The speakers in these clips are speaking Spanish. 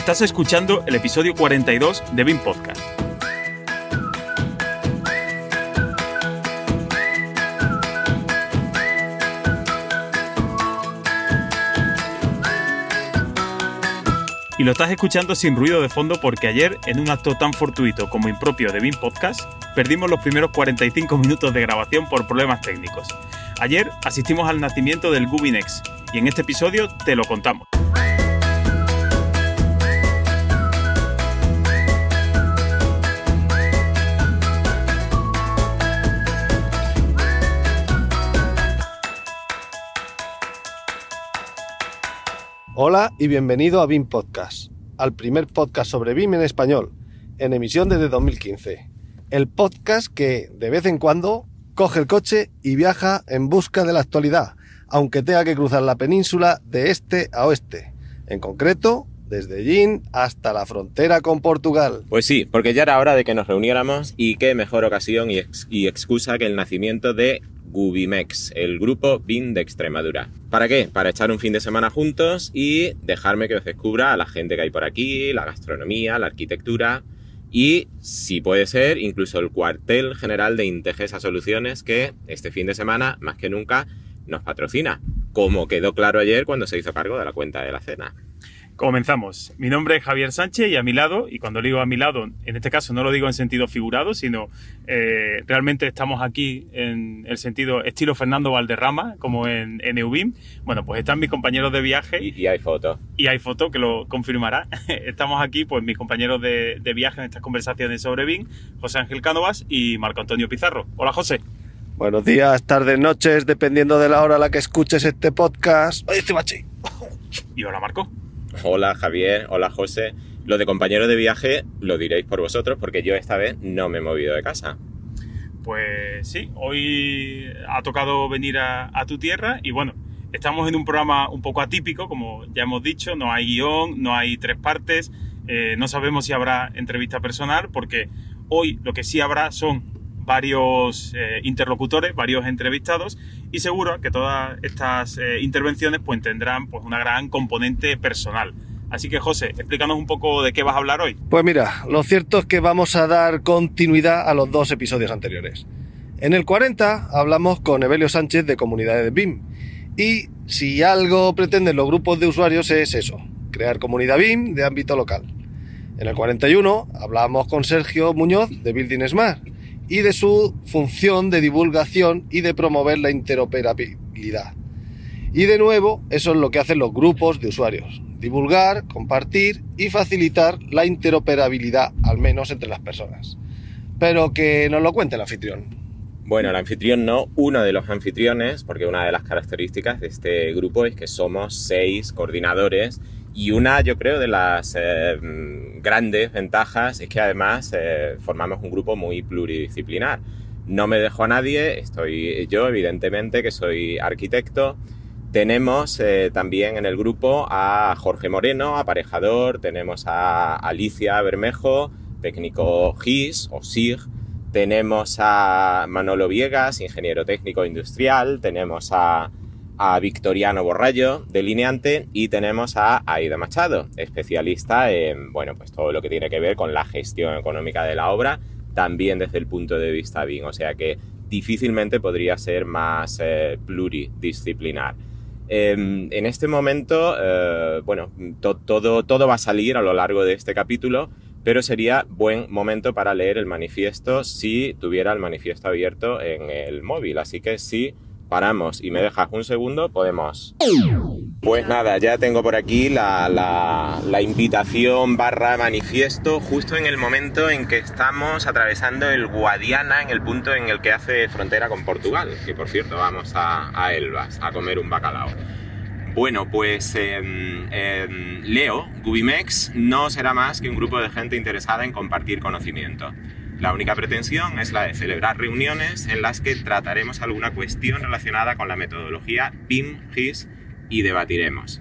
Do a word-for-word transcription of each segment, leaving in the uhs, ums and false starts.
Estás escuchando el episodio cuarenta y dos de B I M Podcast. Y lo estás escuchando sin ruido de fondo porque ayer, en un acto tan fortuito como impropio de B I M Podcast, perdimos los primeros cuarenta y cinco minutos de grabación por problemas técnicos. Ayer asistimos al nacimiento del GubiNext y en este episodio te lo contamos. Hola y bienvenido a B I M Podcast, al primer podcast sobre B I M en español, en emisión desde dos mil quince. El podcast que, de vez en cuando, coge el coche y viaja en busca de la actualidad, aunque tenga que cruzar la península de este a oeste, en concreto, desde Llín hasta la frontera con Portugal. Pues sí, porque ya era hora de que nos reuniéramos y qué mejor ocasión y, ex- y excusa que el nacimiento de GubiMext, el grupo B I M de Extremadura. ¿Para qué? Para echar un fin de semana juntos y dejarme que os descubra a la gente que hay por aquí, la gastronomía, la arquitectura y, si puede ser, incluso el cuartel general de Integesa Soluciones que este fin de semana, más que nunca, nos patrocina, como quedó claro ayer cuando se hizo cargo de la cuenta de la cena. Comenzamos. Mi nombre es Javier Sánchez y a mi lado, y cuando digo a mi lado, en este caso no lo digo en sentido figurado, sino eh, realmente estamos aquí en el sentido estilo Fernando Valderrama, como en, en E U B I M. Bueno, pues están mis compañeros de viaje. Y, y hay fotos. Y hay fotos que lo confirmará. Estamos aquí, pues mis compañeros de, de viaje en estas conversaciones sobre B I M, José Ángel Cánovas y Marco Antonio Pizarro. Hola, José. Buenos días, tardes, noches, dependiendo de la hora a la que escuches este podcast. ¡Ay, este bache! Y hola, Marco. Hola Javier, hola José. Lo de compañeros de viaje lo diréis por vosotros porque yo esta vez no me he movido de casa. Pues sí, hoy ha tocado venir a, a tu tierra y bueno, estamos en un programa un poco atípico, como ya hemos dicho, no hay guión, no hay tres partes, eh, no sabemos si habrá entrevista personal porque hoy lo que sí habrá son varios eh, interlocutores, varios entrevistados y seguro que todas estas eh, intervenciones pues tendrán pues una gran componente personal. Así que José, explícanos un poco de qué vas a hablar hoy. Pues mira, lo cierto es que vamos a dar continuidad a los dos episodios anteriores. En el cuarenta hablamos con Evelio Sánchez de Comunidades de B I M y si algo pretenden los grupos de usuarios es eso, crear comunidad B I M de ámbito local. En el cuarenta y uno hablamos con Sergio Muñoz de Building Smart y de su función de divulgación y de promover la interoperabilidad. Y de nuevo, eso es lo que hacen los grupos de usuarios, divulgar, compartir y facilitar la interoperabilidad, al menos entre las personas. Pero que nos lo cuente el anfitrión. Bueno, el anfitrión no, uno de los anfitriones, porque una de las características de este grupo es que somos seis coordinadores y una, yo creo, de las eh, grandes ventajas es que además eh, formamos un grupo muy pluridisciplinar. No me dejo a nadie, estoy yo, evidentemente, que soy arquitecto. Tenemos eh, también en el grupo a Jorge Moreno, aparejador, tenemos a Alicia Bermejo, técnico G I S o S I G, tenemos a Manolo Viegas, ingeniero técnico industrial, tenemos a a Victoriano Borrallo, delineante, y tenemos a Aida Machado, especialista en, bueno, pues todo lo que tiene que ver con la gestión económica de la obra, también desde el punto de vista B I M, o sea que difícilmente podría ser más eh, pluridisciplinar. Eh, en este momento, eh, bueno, to, todo, todo va a salir a lo largo de este capítulo, pero sería buen momento para leer el manifiesto si tuviera el manifiesto abierto en el móvil, así que sí. Paramos y me dejas un segundo, podemos. Pues nada, ya tengo por aquí la, la, la invitación barra manifiesto justo en el momento en que estamos atravesando el Guadiana, en el punto en el que hace frontera con Portugal, que por cierto vamos a, a Elvas a comer un bacalao. Bueno, pues eh, eh, leo, GubiMext no será más que un grupo de gente interesada en compartir conocimiento. La única pretensión es la de celebrar reuniones en las que trataremos alguna cuestión relacionada con la metodología B I M, G I S y debatiremos.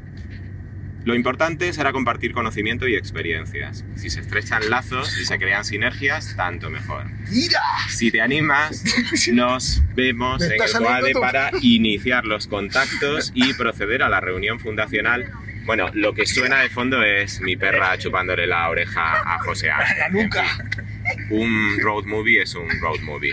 Lo importante será compartir conocimiento y experiencias. Si se estrechan lazos y se crean sinergias, tanto mejor. ¡Mira! Si te animas, nos vemos en el Guade para iniciar los contactos y proceder a la reunión fundacional Bueno, lo que suena de fondo es mi perra chupándole la oreja a José Ángel. ¡La nuca! Un road movie es un road movie.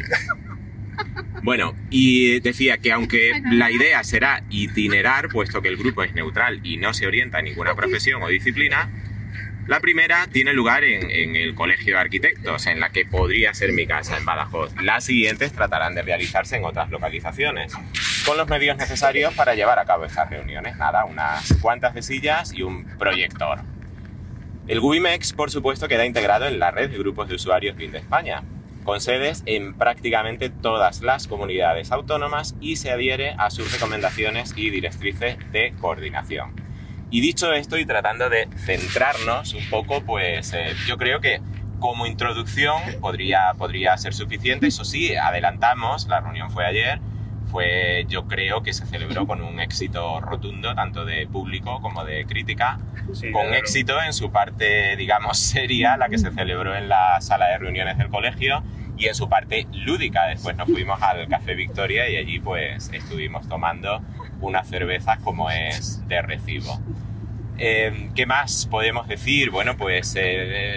Bueno, y decía que aunque la idea será itinerar, puesto que el grupo es neutral y no se orienta a ninguna profesión o disciplina, la primera tiene lugar en, en el Colegio de Arquitectos, en la que podría ser mi casa, en Badajoz. Las siguientes tratarán de realizarse en otras localizaciones, con los medios necesarios para llevar a cabo estas reuniones. Nada, unas cuantas de sillas y un proyector. El Gubimex, por supuesto, queda integrado en la red de grupos de usuarios BIM de España, con sedes en prácticamente todas las comunidades autónomas y se adhiere a sus recomendaciones y directrices de coordinación. Y dicho esto y tratando de centrarnos un poco, pues eh, yo creo que como introducción podría, podría ser suficiente. Eso sí, adelantamos, la reunión fue ayer, fue, yo creo que se celebró con un éxito rotundo, tanto de público como de crítica, sí, con claro. éxito en su parte, digamos, seria, la que se celebró en la sala de reuniones del colegio, y en su parte lúdica. Después nos fuimos al Café Victoria y allí pues estuvimos tomando unas cervezas como es de recibo. Eh, ¿Qué más podemos decir? Bueno, pues eh, eh,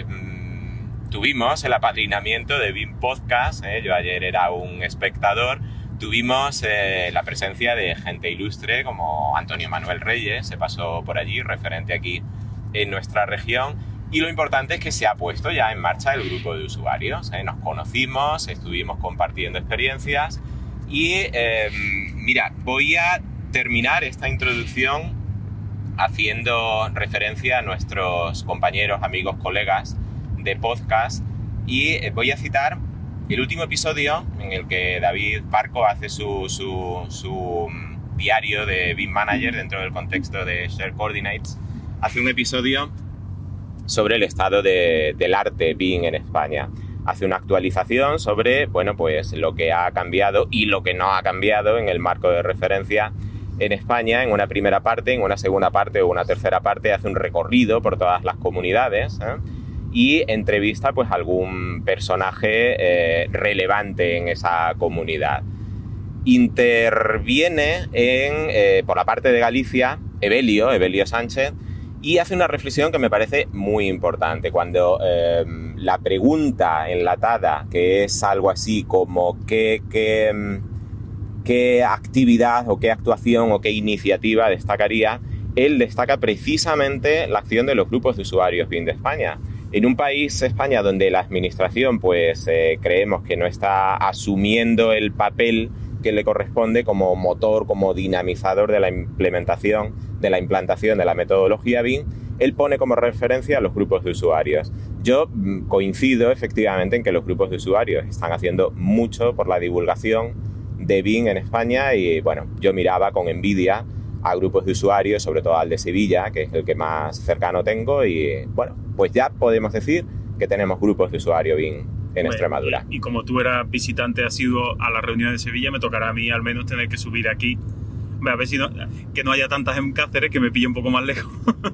tuvimos el apadrinamiento de BIM Podcast, ¿eh? Yo ayer era un espectador. Tuvimos eh, la presencia de gente ilustre como Antonio Manuel Reyes, se pasó por allí, referente aquí en nuestra región. Y lo importante es que se ha puesto ya en marcha el grupo de usuarios, ¿eh? Nos conocimos, estuvimos compartiendo experiencias y eh, mira, voy a terminar esta introducción haciendo referencia a nuestros compañeros, amigos, colegas de podcast, y voy a citar el último episodio en el que David Parco hace su, su, su diario de BIM Manager dentro del contexto de Share Coordinates. Hace un episodio sobre el estado de, del arte BIM en España. Hace una actualización sobre, bueno, pues lo que ha cambiado y lo que no ha cambiado en el marco de referencia en España. En una primera parte, en una segunda parte o una tercera parte hace un recorrido por todas las comunidades, ¿eh? Y entrevista pues algún personaje eh, relevante en esa comunidad. Interviene en, eh, por la parte de Galicia Evelio, Evelio Sánchez, y hace una reflexión que me parece muy importante. Cuando eh, la pregunta enlatada, que es algo así como qué, qué, qué actividad o qué actuación o qué iniciativa destacaría, él destaca precisamente la acción de los grupos de usuarios BIM de España. En un país, España, donde la administración pues eh, creemos que no está asumiendo el papel que le corresponde como motor, como dinamizador de la implementación, de la implantación de la metodología BIM, él pone como referencia a los grupos de usuarios. Yo coincido efectivamente en que los grupos de usuarios están haciendo mucho por la divulgación de BIM en España y bueno, yo miraba con envidia a grupos de usuarios, sobre todo al de Sevilla, que es el que más cercano tengo, y bueno, pues ya podemos decir que tenemos grupos de usuario BIM en bueno, Extremadura. Y, y como tú eras visitante asiduo a la reunión de Sevilla, me tocará a mí al menos tener que subir aquí, a ver si no, que no haya tantas en Cáceres, que me pille un poco más lejos.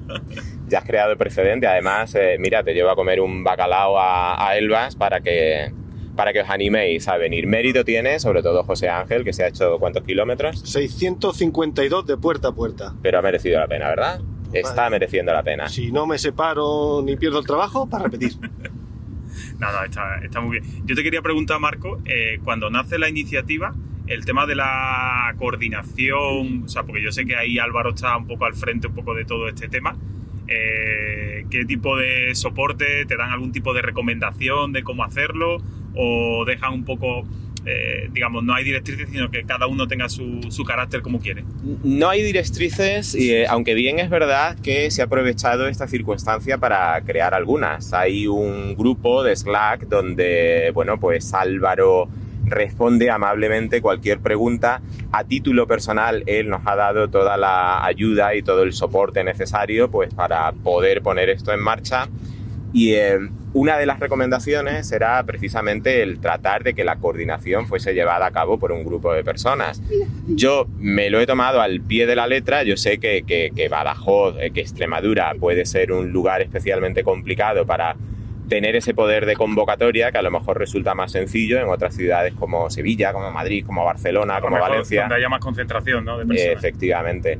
Ya has creado el precedente, además, eh, mira, te llevo a comer un bacalao a, a Elvas para que... para que os animéis a venir. Mérito tiene, sobre todo José Ángel, que se ha hecho ¿cuántos kilómetros? seiscientos cincuenta y dos de puerta a puerta. Pero ha merecido la pena, ¿verdad? Vale. Está mereciendo la pena. Si no me separo ni pierdo el trabajo, para repetir. No, no, está, está muy bien. Yo te quería preguntar, Marco, eh, cuando nace la iniciativa, el tema de la coordinación, o sea, porque yo sé que ahí Álvaro está un poco al frente, un poco de todo este tema. Eh, ¿Qué tipo de soporte? ¿Te dan algún tipo de recomendación de cómo hacerlo? ¿O dejan un poco, eh, digamos, no hay directrices, sino que cada uno tenga su, su carácter como quiere? No hay directrices, y, eh, aunque bien es verdad que se ha aprovechado esta circunstancia para crear algunas. Hay un grupo de Slack donde, bueno, pues Álvaro responde amablemente cualquier pregunta. A título personal, él nos ha dado toda la ayuda y todo el soporte necesario pues, para poder poner esto en marcha. Y eh, una de las recomendaciones era precisamente el tratar de que la coordinación fuese llevada a cabo por un grupo de personas. Yo me lo he tomado al pie de la letra. Yo sé que, que, que Badajoz, que Extremadura puede ser un lugar especialmente complicado para tener ese poder de convocatoria, que a lo mejor resulta más sencillo en otras ciudades como Sevilla, como Madrid, como Barcelona, como Valencia. Donde haya más concentración, ¿no?, de personas. Efectivamente.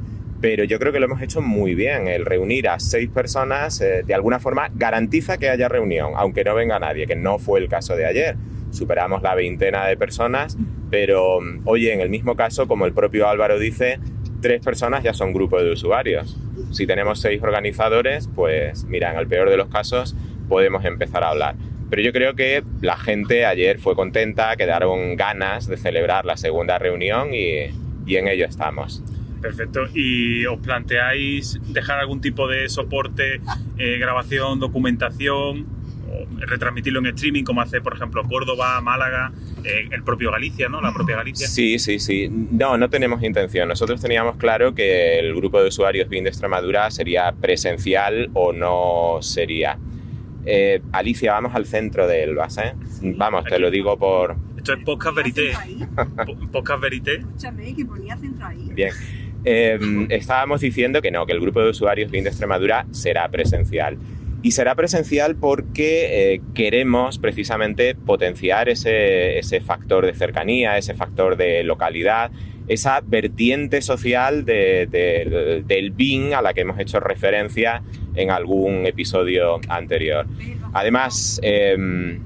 pero yo creo que lo hemos hecho muy bien. El reunir a seis personas, eh, de alguna forma, garantiza que haya reunión, aunque no venga nadie, que no fue el caso de ayer. Superamos la veintena de personas, pero, oye, en el mismo caso, como el propio Álvaro dice, tres personas ya son grupo de usuarios. Si tenemos seis organizadores, pues mira, en el peor de los casos podemos empezar a hablar. Pero yo creo que la gente ayer fue contenta, quedaron ganas de celebrar la segunda reunión y, y en ello estamos. Perfecto. ¿Y os planteáis dejar algún tipo de soporte, eh, grabación, documentación, o retransmitirlo en streaming, como hace, por ejemplo, Córdoba, Málaga, eh, el propio Galicia, ¿no? La propia Galicia. Sí, sí, sí. No, no tenemos intención. Nosotros teníamos claro que el grupo de usuarios B I M de Extremadura sería presencial o no sería. Eh, Alicia, vamos al centro de Elvas, ¿eh? Sí, vamos, te lo digo por... Esto es Podcast Verité. Podcast Verité. Escúchame, que ponía centro ahí. Bien. Eh, estábamos diciendo que no, que el grupo de usuarios B I M de Extremadura será presencial. Y será presencial porque eh, queremos precisamente potenciar ese, ese factor de cercanía, ese factor de localidad, esa vertiente social de, de, del B I M a la que hemos hecho referencia en algún episodio anterior. Además, eh,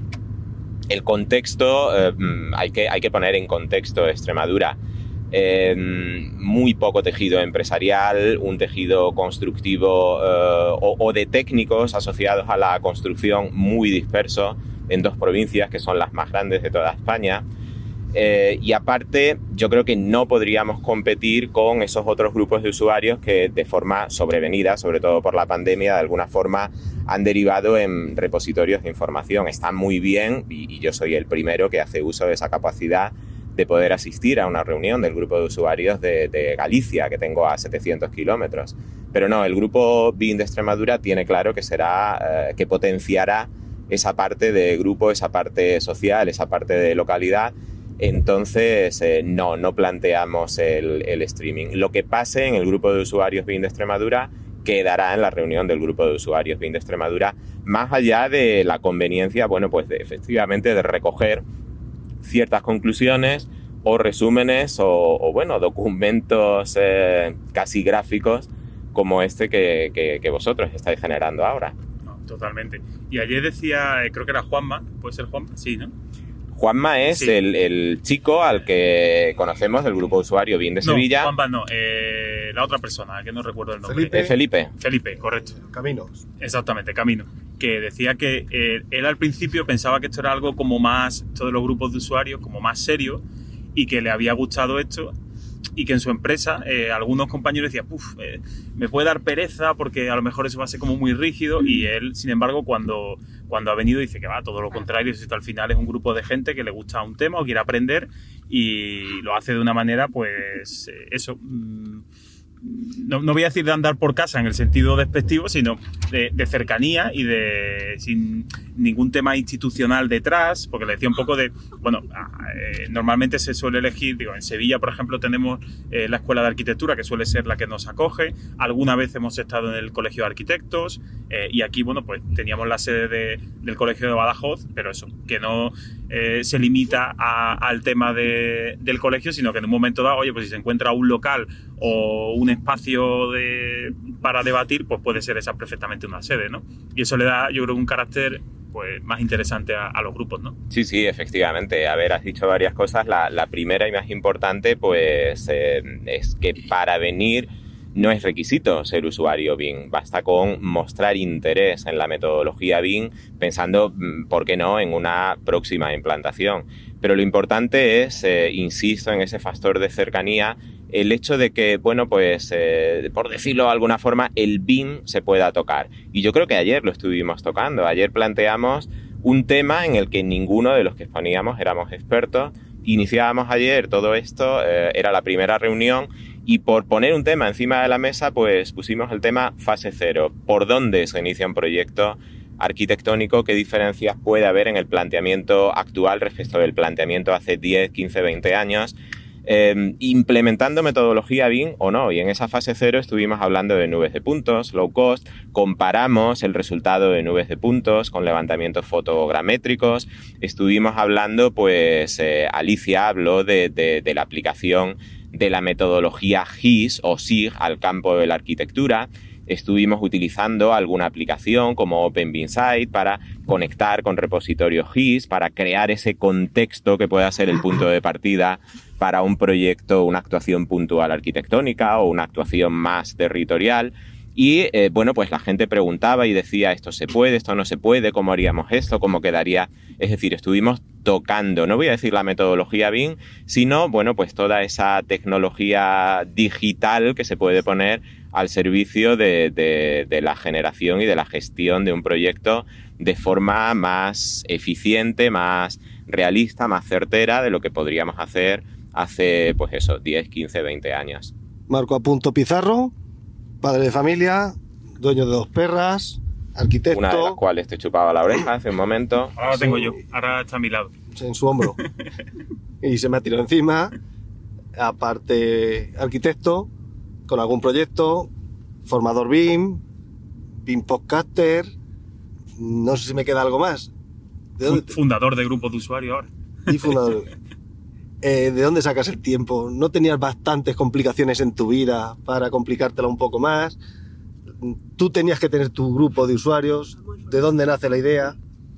el contexto, eh, hay que, hay que poner en contexto Extremadura. Eh, muy poco tejido empresarial, un tejido constructivo eh, o, o de técnicos asociados a la construcción muy disperso en dos provincias que son las más grandes de toda España. Eh, y aparte, yo creo que no podríamos competir con esos otros grupos de usuarios que de forma sobrevenida, sobre todo por la pandemia, de alguna forma han derivado en repositorios de información. Están muy bien y, y yo soy el primero que hace uso de esa capacidad de poder asistir a una reunión del grupo de usuarios de, de Galicia, que tengo a setecientos kilómetros. Pero no, el grupo B I M de Extremadura tiene claro que será, eh, que potenciará esa parte de grupo, esa parte social, esa parte de localidad. Entonces, eh, no, no planteamos el, el streaming. Lo que pase en el grupo de usuarios B I M de Extremadura quedará en la reunión del grupo de usuarios B I M de Extremadura, más allá de la conveniencia, bueno, pues de, efectivamente de recoger ciertas conclusiones o resúmenes o, o bueno, documentos eh, casi gráficos como este que, que, que vosotros estáis generando ahora. No, totalmente. Y ayer decía, creo que era Juanma, ¿puede ser Juanma? Sí, ¿no? Juanma es sí. el, el chico al que conocemos del grupo de usuario B I M de no, Sevilla. Juanma no, eh, la otra persona, que no recuerdo el nombre. Felipe. Felipe. Felipe, correcto. Caminos. Exactamente, Camino. Que decía que eh, él al principio pensaba que esto era algo como más, todos los grupos de usuarios, como más serio, y que le había gustado esto, y que en su empresa eh, algunos compañeros decían, uff, eh, me puede dar pereza porque a lo mejor eso va a ser como muy rígido, y él, sin embargo, cuando, cuando ha venido dice que va, todo lo contrario, esto al final es un grupo de gente que le gusta un tema o quiere aprender y lo hace de una manera, pues, eh, eso... Mmm, No, no voy a decir de andar por casa en el sentido despectivo, sino de, de cercanía y de sin ningún tema institucional detrás, porque le decía un poco de, bueno, eh, normalmente se suele elegir, digo, en Sevilla, por ejemplo, tenemos eh, la Escuela de Arquitectura, que suele ser la que nos acoge, alguna vez hemos estado en el Colegio de Arquitectos, eh, y aquí, bueno, pues teníamos la sede de, del Colegio de Badajoz, pero eso, que no eh, se limita a, al tema de, del colegio, sino que en un momento dado, oye, pues si se encuentra un local o un espacio de, para debatir, pues puede ser esa perfectamente una sede, ¿no? Y eso le da, yo creo, un carácter pues más interesante a, a los grupos, ¿no? Sí, sí, efectivamente. A ver, has dicho varias cosas. La, la primera y más importante, pues, eh, es que para venir no es requisito ser usuario B I M. Basta con mostrar interés en la metodología B I M, pensando, ¿por qué no?, en una próxima implantación. Pero lo importante es, eh, insisto, en ese factor de cercanía, el hecho de que, bueno, pues, eh, por decirlo de alguna forma, el B I M se pueda tocar. Y yo creo que ayer lo estuvimos tocando. Ayer planteamos un tema en el que ninguno de los que exponíamos éramos expertos. Iniciábamos ayer todo esto, eh, era la primera reunión, y por poner un tema encima de la mesa, pues pusimos el tema fase cero. ¿Por dónde se inicia un proyecto arquitectónico? ¿Qué diferencias puede haber en el planteamiento actual respecto del planteamiento hace diez, quince, veinte años? Eh, implementando metodología B I M o no, y en esa fase cero estuvimos hablando de nubes de puntos, low cost, comparamos el resultado de nubes de puntos con levantamientos fotogramétricos, estuvimos hablando, pues eh, Alicia habló de, de, de la aplicación de la metodología G I S o S I G al campo de la arquitectura. Estuvimos utilizando alguna aplicación como OpenBeamSite para conectar con repositorios G I S, para crear ese contexto que pueda ser el punto de partida para un proyecto, una actuación puntual arquitectónica o una actuación más territorial. Y eh, bueno, pues la gente preguntaba y decía, esto se puede, esto no se puede, ¿cómo haríamos esto? ¿Cómo quedaría? Es decir, estuvimos tocando, no voy a decir la metodología B I M, sino, bueno, pues toda esa tecnología digital que se puede poner al servicio de, de, de la generación y de la gestión de un proyecto de forma más eficiente, más realista, más certera de lo que podríamos hacer hace, pues eso, diez, quince, veinte años. Marco Apunto Pizarro, padre de familia, dueño de dos perras, arquitecto. Una de las cuales te chupaba la oreja hace un momento. Ahora la tengo yo, ahora está a mi lado. En su hombro. Y se me ha tirado encima. Aparte, arquitecto, con algún proyecto, formador B I M, B I M podcaster, no sé si me queda algo más. ¿De dónde? Fundador de grupos de usuarios ahora. Y fundador. Eh, ¿De dónde sacas el tiempo? ¿No tenías bastantes complicaciones en tu vida para complicártela un poco más? ¿Tú tenías que tener tu grupo de usuarios? ¿De dónde nace la idea?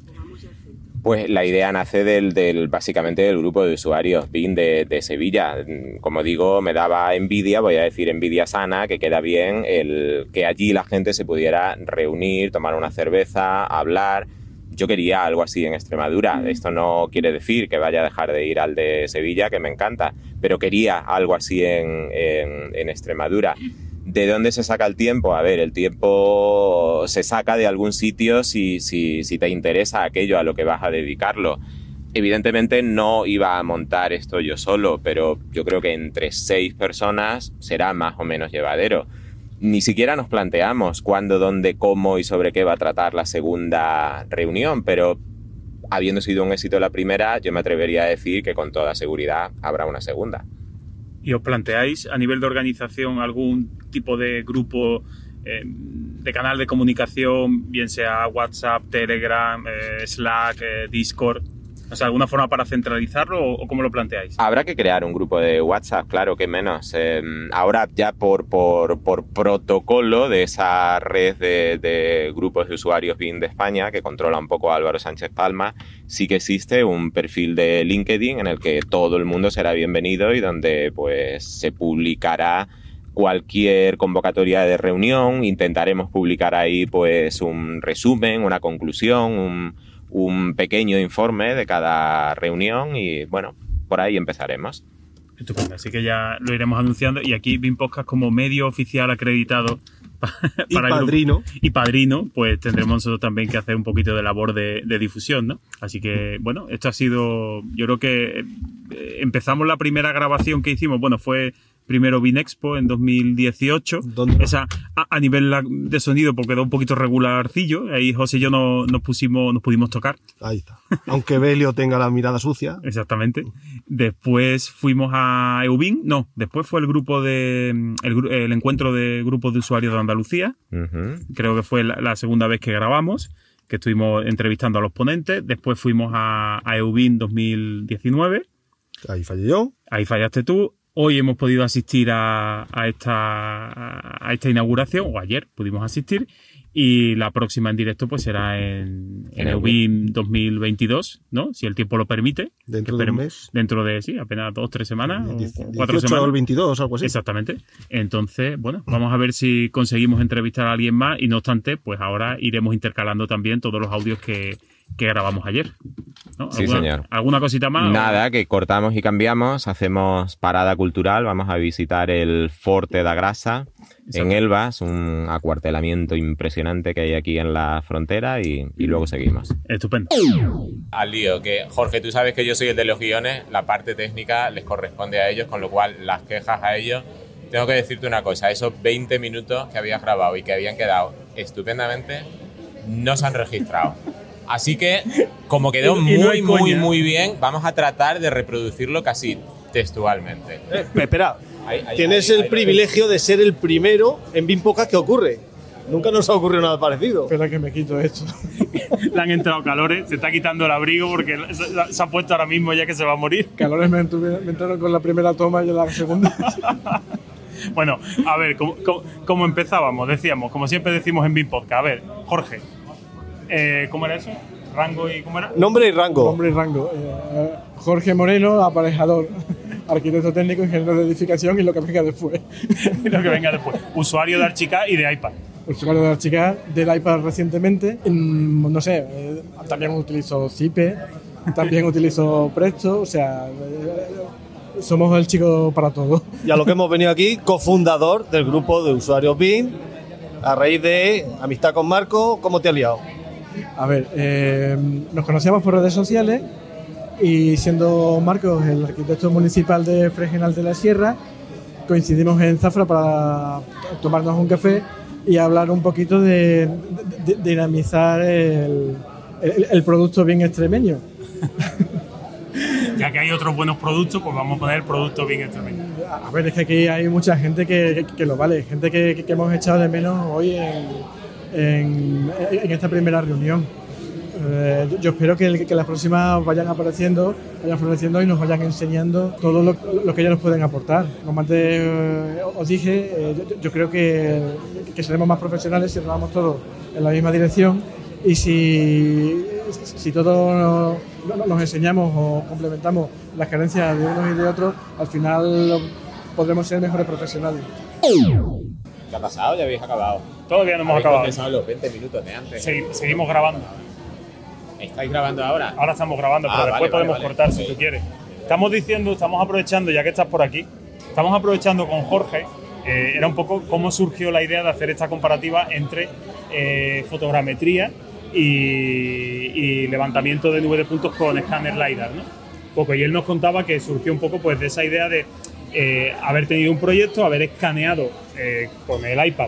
Pues la idea nace del, del básicamente del grupo de usuarios B I M de, de Sevilla. Como digo, me daba envidia, voy a decir envidia sana, que queda bien el que allí la gente se pudiera reunir, tomar una cerveza, hablar. Yo quería algo así en Extremadura. Esto no quiere decir que vaya a dejar de ir al de Sevilla, que me encanta, pero quería algo así en, en, en Extremadura. ¿De dónde se saca el tiempo? A ver, el tiempo se saca de algún sitio si, si, si te interesa aquello a lo que vas a dedicarlo. Evidentemente no iba a montar esto yo solo, pero yo creo que entre seis personas será más o menos llevadero. Ni siquiera nos planteamos cuándo, dónde, cómo y sobre qué va a tratar la segunda reunión, pero habiendo sido un éxito la primera, yo me atrevería a decir que con toda seguridad habrá una segunda. ¿Y os planteáis a nivel de organización algún tipo de grupo, eh, de canal de comunicación, bien sea WhatsApp, Telegram, eh, Slack, eh, Discord? O sea, ¿alguna forma para centralizarlo o, o cómo lo planteáis? Habrá que crear un grupo de WhatsApp, claro que menos. Eh, ahora ya por, por, por protocolo de esa red de, de grupos de usuarios B I M de España, que controla un poco Álvaro Sánchez Palma, sí que existe un perfil de LinkedIn en el que todo el mundo será bienvenido y donde pues se publicará cualquier convocatoria de reunión. Intentaremos publicar ahí pues un resumen, una conclusión, un... un pequeño informe de cada reunión y, bueno, por ahí empezaremos. Estupendo, así que ya lo iremos anunciando y aquí B I M Podcast como medio oficial acreditado para y padrino. Y padrino, pues tendremos nosotros también que hacer un poquito de labor de, de difusión, ¿no? Así que, bueno, esto ha sido, yo creo que empezamos la primera grabación que hicimos, bueno, fue primero B I M Expo en dos mil dieciocho. ¿Dónde? Esa, a, a nivel de sonido, porque quedó un poquito regularcillo. Ahí José y yo no, nos pusimos, nos pudimos tocar. Ahí está. Aunque Belio tenga la mirada sucia. Exactamente. Después fuimos a EUBIM. No, después fue el grupo de el, el encuentro de grupos de usuarios de Andalucía. Uh-huh. Creo que fue la, la segunda vez que grabamos, que estuvimos entrevistando a los ponentes. Después fuimos a, a EUBIM dos mil diecinueve. Ahí fallé yo. Ahí fallaste tú. Hoy hemos podido asistir a, a, esta, a esta inauguración, o ayer pudimos asistir, y la próxima en directo pues será en, en EUBIM dos mil veintidós, ¿no? Si el tiempo lo permite. Dentro de un mes. Dentro de, sí, apenas dos, tres semanas, diez, o cuatro dieciocho semanas. O el veintidós, algo así. Exactamente. Entonces, bueno, vamos a ver si conseguimos entrevistar a alguien más, y no obstante, pues ahora iremos intercalando también todos los audios que... que grabamos ayer, ¿no? Sí, ¿Alguna, señor. ¿Alguna cosita más? Nada, que cortamos y cambiamos, hacemos parada cultural, vamos a visitar el Forte da Grasa en Elvas, un acuartelamiento impresionante que hay aquí en la frontera y, y luego seguimos. Estupendo. Al lío, que Jorge, tú sabes que yo soy el de los guiones, la parte técnica les corresponde a ellos, con lo cual las quejas a ellos. Tengo que decirte una cosa, esos veinte minutos que habías grabado y que habían quedado estupendamente, no se han registrado. Así que, como quedó y, y no muy, muy, coña. muy bien, vamos a tratar de reproducirlo casi textualmente. Eh, espera, Ahí, ahí, tienes ahí, el ahí, privilegio de ser el primero en B I M Podcast que ocurre. Nunca nos ha ocurrido nada parecido. Espera que me quito esto. Le han entrado calores, se está quitando el abrigo porque se, se ha puesto ahora mismo ya que se va a morir. Calores me, entuve, me entraron con la primera toma y la segunda. Bueno, a ver, como, como, como empezábamos, decíamos, como siempre decimos en B I M Podcast, a ver, Jorge, eh, ¿cómo era eso? ¿Rango y cómo era? Nombre y rango. Nombre y rango. Eh, Jorge Moreno, aparejador, arquitecto técnico, ingeniero de edificación y lo que venga después. Lo que venga después. Usuario de Archicad y de iPad. Usuario de Archicad, del iPad recientemente. Mm, no sé, eh, también utilizo Zipe, también utilizo Presto, o sea, eh, somos el chico para todo. Y a lo que hemos venido aquí, cofundador del grupo de usuarios B I M, a raíz de amistad con Marco. ¿Cómo te has liado? A ver, eh, nos conocíamos por redes sociales y siendo Marcos el arquitecto municipal de Fregenal de la Sierra, coincidimos en Zafra para tomarnos un café y hablar un poquito de, de, de dinamizar el, el, el producto bien extremeño. Ya que hay otros buenos productos, pues vamos a poner el producto bien extremeño. A ver, es que aquí hay mucha gente que, que, que lo vale, gente que, que hemos echado de menos hoy en... En, en esta primera reunión. Eh, yo, yo espero que, que las próximas vayan apareciendo, vayan floreciendo y nos vayan enseñando todo lo, lo que ellos nos pueden aportar. Como antes eh, os dije, eh, yo, yo creo que, que seremos más profesionales si nos vamos todos en la misma dirección y si, si todos nos, nos enseñamos o complementamos las carencias de unos y de otros, al final podremos ser mejores profesionales. ¿Qué ha pasado? ¿Ya habéis acabado? Todavía no hemos ¿Habéis acabado. compensado los veinte minutos de antes? Sí, seguimos grabando. ¿Estáis grabando ahora? Ahora estamos grabando, Ah, pero vale, después vale, podemos vale. cortar Sí. si tú quieres. Estamos diciendo, estamos aprovechando, ya que estás por aquí, estamos aprovechando con Jorge, eh, era un poco cómo surgió la idea de hacer esta comparativa entre eh, fotogrametría y, y levantamiento de nube de puntos con escáner LiDAR, ¿no? Poco, y él nos contaba que surgió un poco pues de esa idea de eh, haber tenido un proyecto, haber escaneado eh, con el iPad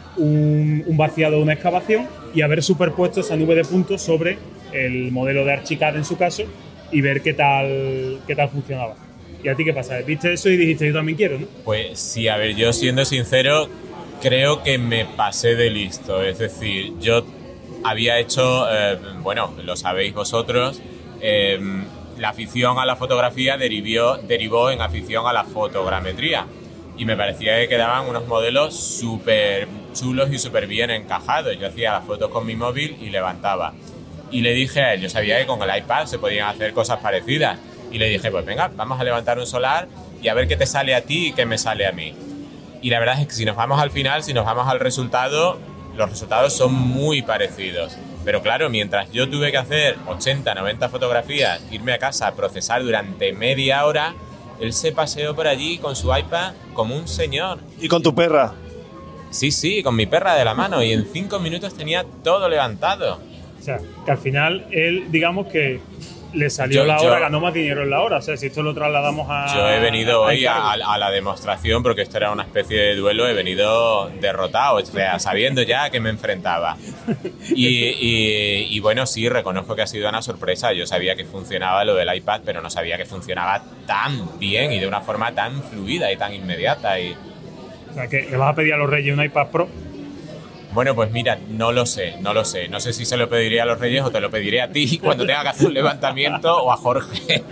un, un vaciado de una excavación y haber superpuesto esa nube de puntos sobre el modelo de Archicad en su caso y ver qué tal, qué tal funcionaba. ¿Y a ti qué pasa? ¿Viste eso y dijiste yo también quiero, no? Pues sí, a ver, yo siendo sincero, creo que me pasé de listo. Es decir, yo había hecho, eh, bueno, lo sabéis vosotros, eh, la afición a la fotografía derivó, derivó en afición a la fotogrametría. Y me parecía que quedaban unos modelos súper chulos y súper bien encajados. Yo hacía las fotos con mi móvil y levantaba. Y le dije a él, yo sabía que con el iPad se podían hacer cosas parecidas. Y le dije, pues venga, vamos a levantar un solar y a ver qué te sale a ti y qué me sale a mí. Y la verdad es que si nos vamos al final, si nos vamos al resultado, los resultados son muy parecidos. Pero claro, mientras yo tuve que hacer ochenta, noventa fotografías, irme a casa, procesar durante media hora, él se paseó por allí con su iPad como un señor. ¿Y con tu perra? Sí, sí, con mi perra de la mano y en cinco minutos tenía todo levantado. O sea, que al final él, digamos que le salió Yo- la yo- hora, ganó más dinero en la hora. O sea, si esto lo trasladamos a... Yo he venido a- a hoy a, encargo. a la demostración, porque esto era una especie de duelo, he venido derrotado, o sea, sabiendo ya a qué me enfrentaba. Y, y- y bueno, sí, reconozco que ha sido una sorpresa. Yo sabía que funcionaba lo del iPad, pero no sabía que funcionaba tan bien y de una forma tan fluida y tan inmediata. Y O sea, que le vas a pedir a los Reyes un iPad Pro. bueno, pues mira, no lo sé, no lo sé. No sé si se lo pediré a los Reyes o te lo pediré a ti cuando tenga que hacer un levantamiento o a Jorge.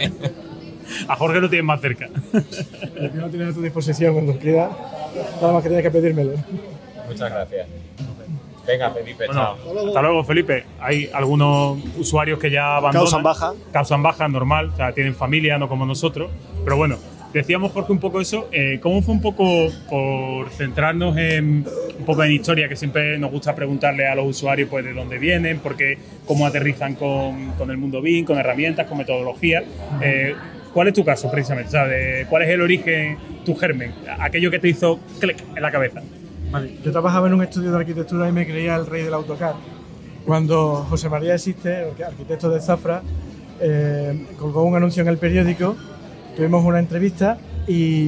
A Jorge lo tienes más cerca. El que no tienes a tu disposición cuando quiera, nada más que tienes que pedírmelo. Muchas gracias. Venga, Felipe, Bueno, chao. hasta luego, Felipe. Hay algunos usuarios que ya abandonan. Causan baja. Causan baja, normal. O sea, tienen familia, no como nosotros. Pero bueno, decíamos, Jorge, un poco eso. Eh, ¿Cómo fue un poco, por centrarnos en un poco en historia, que siempre nos gusta preguntarle a los usuarios pues de dónde vienen, por qué, cómo aterrizan con, con el mundo B I M, con herramientas, con metodología? Eh, ¿Cuál es tu caso, precisamente? O sea, de, ¿cuál es el origen, tu germen? Aquello que te hizo clic en la cabeza. Vale, yo trabajaba en un estudio de arquitectura y me creía el rey del AutoCAD. Cuando José María Existe, el arquitecto de Zafra, eh, colgó un anuncio en el periódico, tuvimos una entrevista y,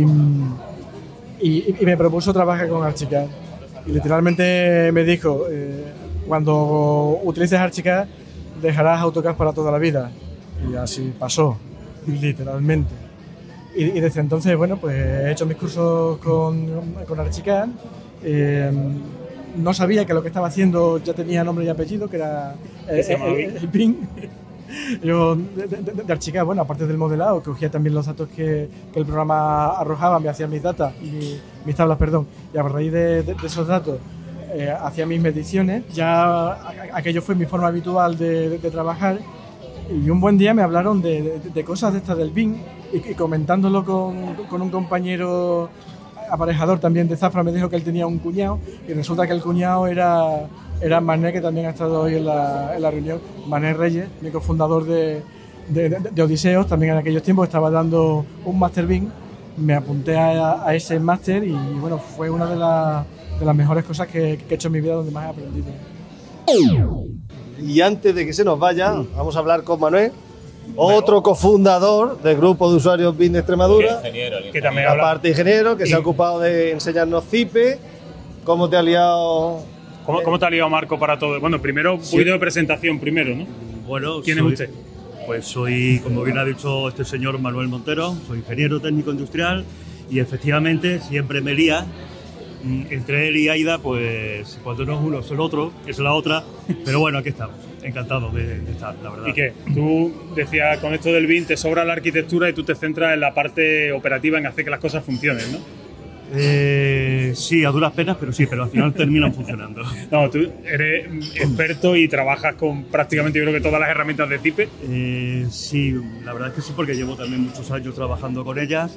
y, y me propuso trabajar con Archicad. Y literalmente me dijo, eh, cuando utilices Archicad dejarás AutoCAD para toda la vida. Y así pasó, literalmente. Y, y desde entonces, bueno, pues he hecho mis cursos con, con Archicad. Eh, no sabía que lo que estaba haciendo ya tenía nombre y apellido, que era eh, se llama el, el, el Bing. Yo, de, de, de archicar, bueno, aparte del modelado, cogía también los datos que, que el programa arrojaba, me hacía mis datas, mi, mis tablas, perdón, y a raíz de, de, de esos datos eh, hacía mis mediciones. Ya a, aquello fue mi forma habitual de, de, de trabajar, y un buen día me hablaron de, de, de cosas de estas del Bing, y, y comentándolo con, con un compañero aparejador también de Zafra, me dijo que él tenía un cuñado, y resulta que el cuñado era... Era Mané, que también ha estado hoy en la, en la reunión. Mané Reyes, mi cofundador de, de, de, de Odiseos, también en aquellos tiempos estaba dando un Master Bing. Me apunté a, a ese máster y bueno, fue una de, la, de las mejores cosas que, que he hecho en mi vida, donde más he aprendido. Y antes de que se nos vaya, vamos a hablar con Manuel, otro cofundador del grupo de usuarios Bing de Extremadura, El ingeniero, el que también aparte habla. ingeniero, que Y- se ha ocupado de enseñarnos Zipe. ¿Cómo te ha liado? ¿Cómo, ¿Cómo te ha liado Marco para todo? Bueno, primero, un Sí. poquito de presentación primero, ¿no? Bueno, ¿Quién soy- es usted? Pues soy, como bien ha dicho este señor Manuel Montero, soy ingeniero técnico industrial y efectivamente siempre me lía. Mm, Entre él y Aida, pues cuando no es uno es el otro, es la otra, pero bueno, aquí estamos, encantado de, de estar, la verdad. ¿Y qué? Tú decías, con esto del Bing te sobra la arquitectura y tú te centras en la parte operativa, en hacer que las cosas funcionen, ¿no? Eh, sí, a duras penas, pero sí, pero al final terminan funcionando. No, tú eres experto y trabajas con prácticamente, yo creo que todas las herramientas de Zipe. Eh, sí, la verdad es que sí, porque llevo también muchos años trabajando con ellas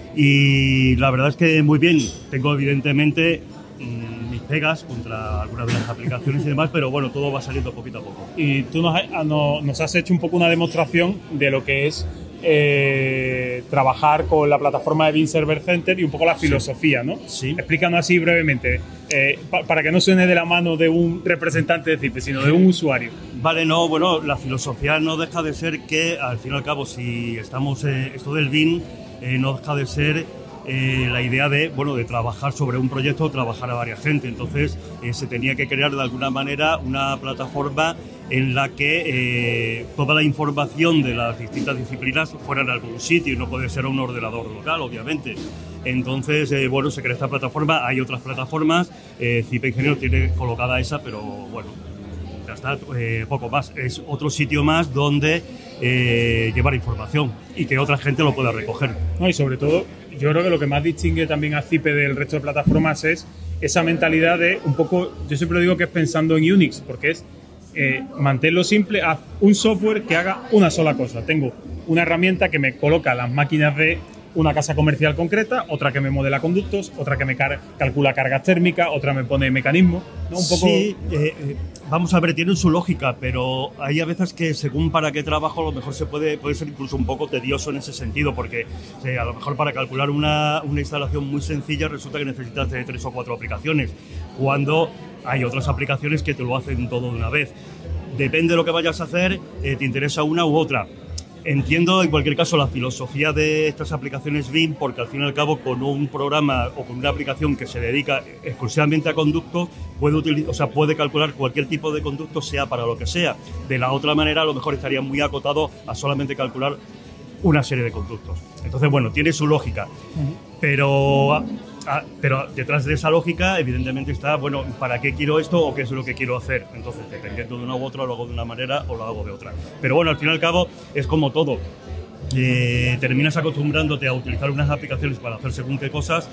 y la verdad es que muy bien. Tengo evidentemente mm, mis pegas contra algunas de las aplicaciones y demás, pero bueno, todo va saliendo poquito a poco. Y tú nos, ha- no- nos has hecho un poco una demostración de lo que es eh, trabajar con la plataforma de Bing Server Center y un poco la filosofía, ¿no? Sí. Explícanos así brevemente, eh, pa- para que no suene de la mano de un representante de Zipe, sino de un usuario. Vale, no, bueno, la filosofía no deja de ser que, al fin y al cabo, si estamos, eh, esto del Bing, eh, no deja de ser eh, la idea de, bueno, de trabajar sobre un proyecto, trabajar a varias gente. Entonces, eh, se tenía que crear de alguna manera una plataforma en la que eh, toda la información de las distintas disciplinas fuera en algún sitio y no puede ser un ordenador local, obviamente. Entonces, eh, bueno, se crea esta plataforma, hay otras plataformas, eh, Zipe Ingeniero tiene colocada esa, pero bueno, ya está, eh, poco más. Es otro sitio más donde eh, llevar información y que otra gente lo pueda recoger. ¿No? Y sobre todo, yo creo que lo que más distingue también a Zipe del resto de plataformas es esa mentalidad de un poco, yo siempre digo que es pensando en Unix, porque es eh, mantenerlo simple, haz un software que haga una sola cosa. Tengo una herramienta que me coloca las máquinas de una casa comercial concreta, otra que me modela conductos, otra que me car- calcula cargas térmicas, otra me pone mecanismos, ¿no? Un poco... Sí, eh, eh, vamos a ver, tienen su lógica, pero hay a veces que según para qué trabajo a lo mejor se puede, puede ser incluso un poco tedioso en ese sentido, porque eh, a lo mejor para calcular una, una instalación muy sencilla resulta que necesitas de tres o cuatro aplicaciones, cuando hay otras aplicaciones que te lo hacen todo de una vez. Depende de lo que vayas a hacer, eh, te interesa una u otra. Entiendo en cualquier caso la filosofía de estas aplicaciones Bing, porque al fin y al cabo con un programa o con una aplicación que se dedica exclusivamente a conductos puede utilizar, o sea, puede calcular cualquier tipo de conducto, sea para lo que sea. De la otra manera a lo mejor estaría muy acotado a solamente calcular una serie de conductos. Entonces, bueno, tiene su lógica, pero, a- a- pero detrás de esa lógica evidentemente está, bueno, ¿para qué quiero esto o qué es lo que quiero hacer? Entonces, dependiendo de una u otra, lo hago de una manera o lo hago de otra. Pero bueno, al fin y al cabo es como todo. Eh, terminas acostumbrándote a utilizar unas aplicaciones para hacer según qué cosas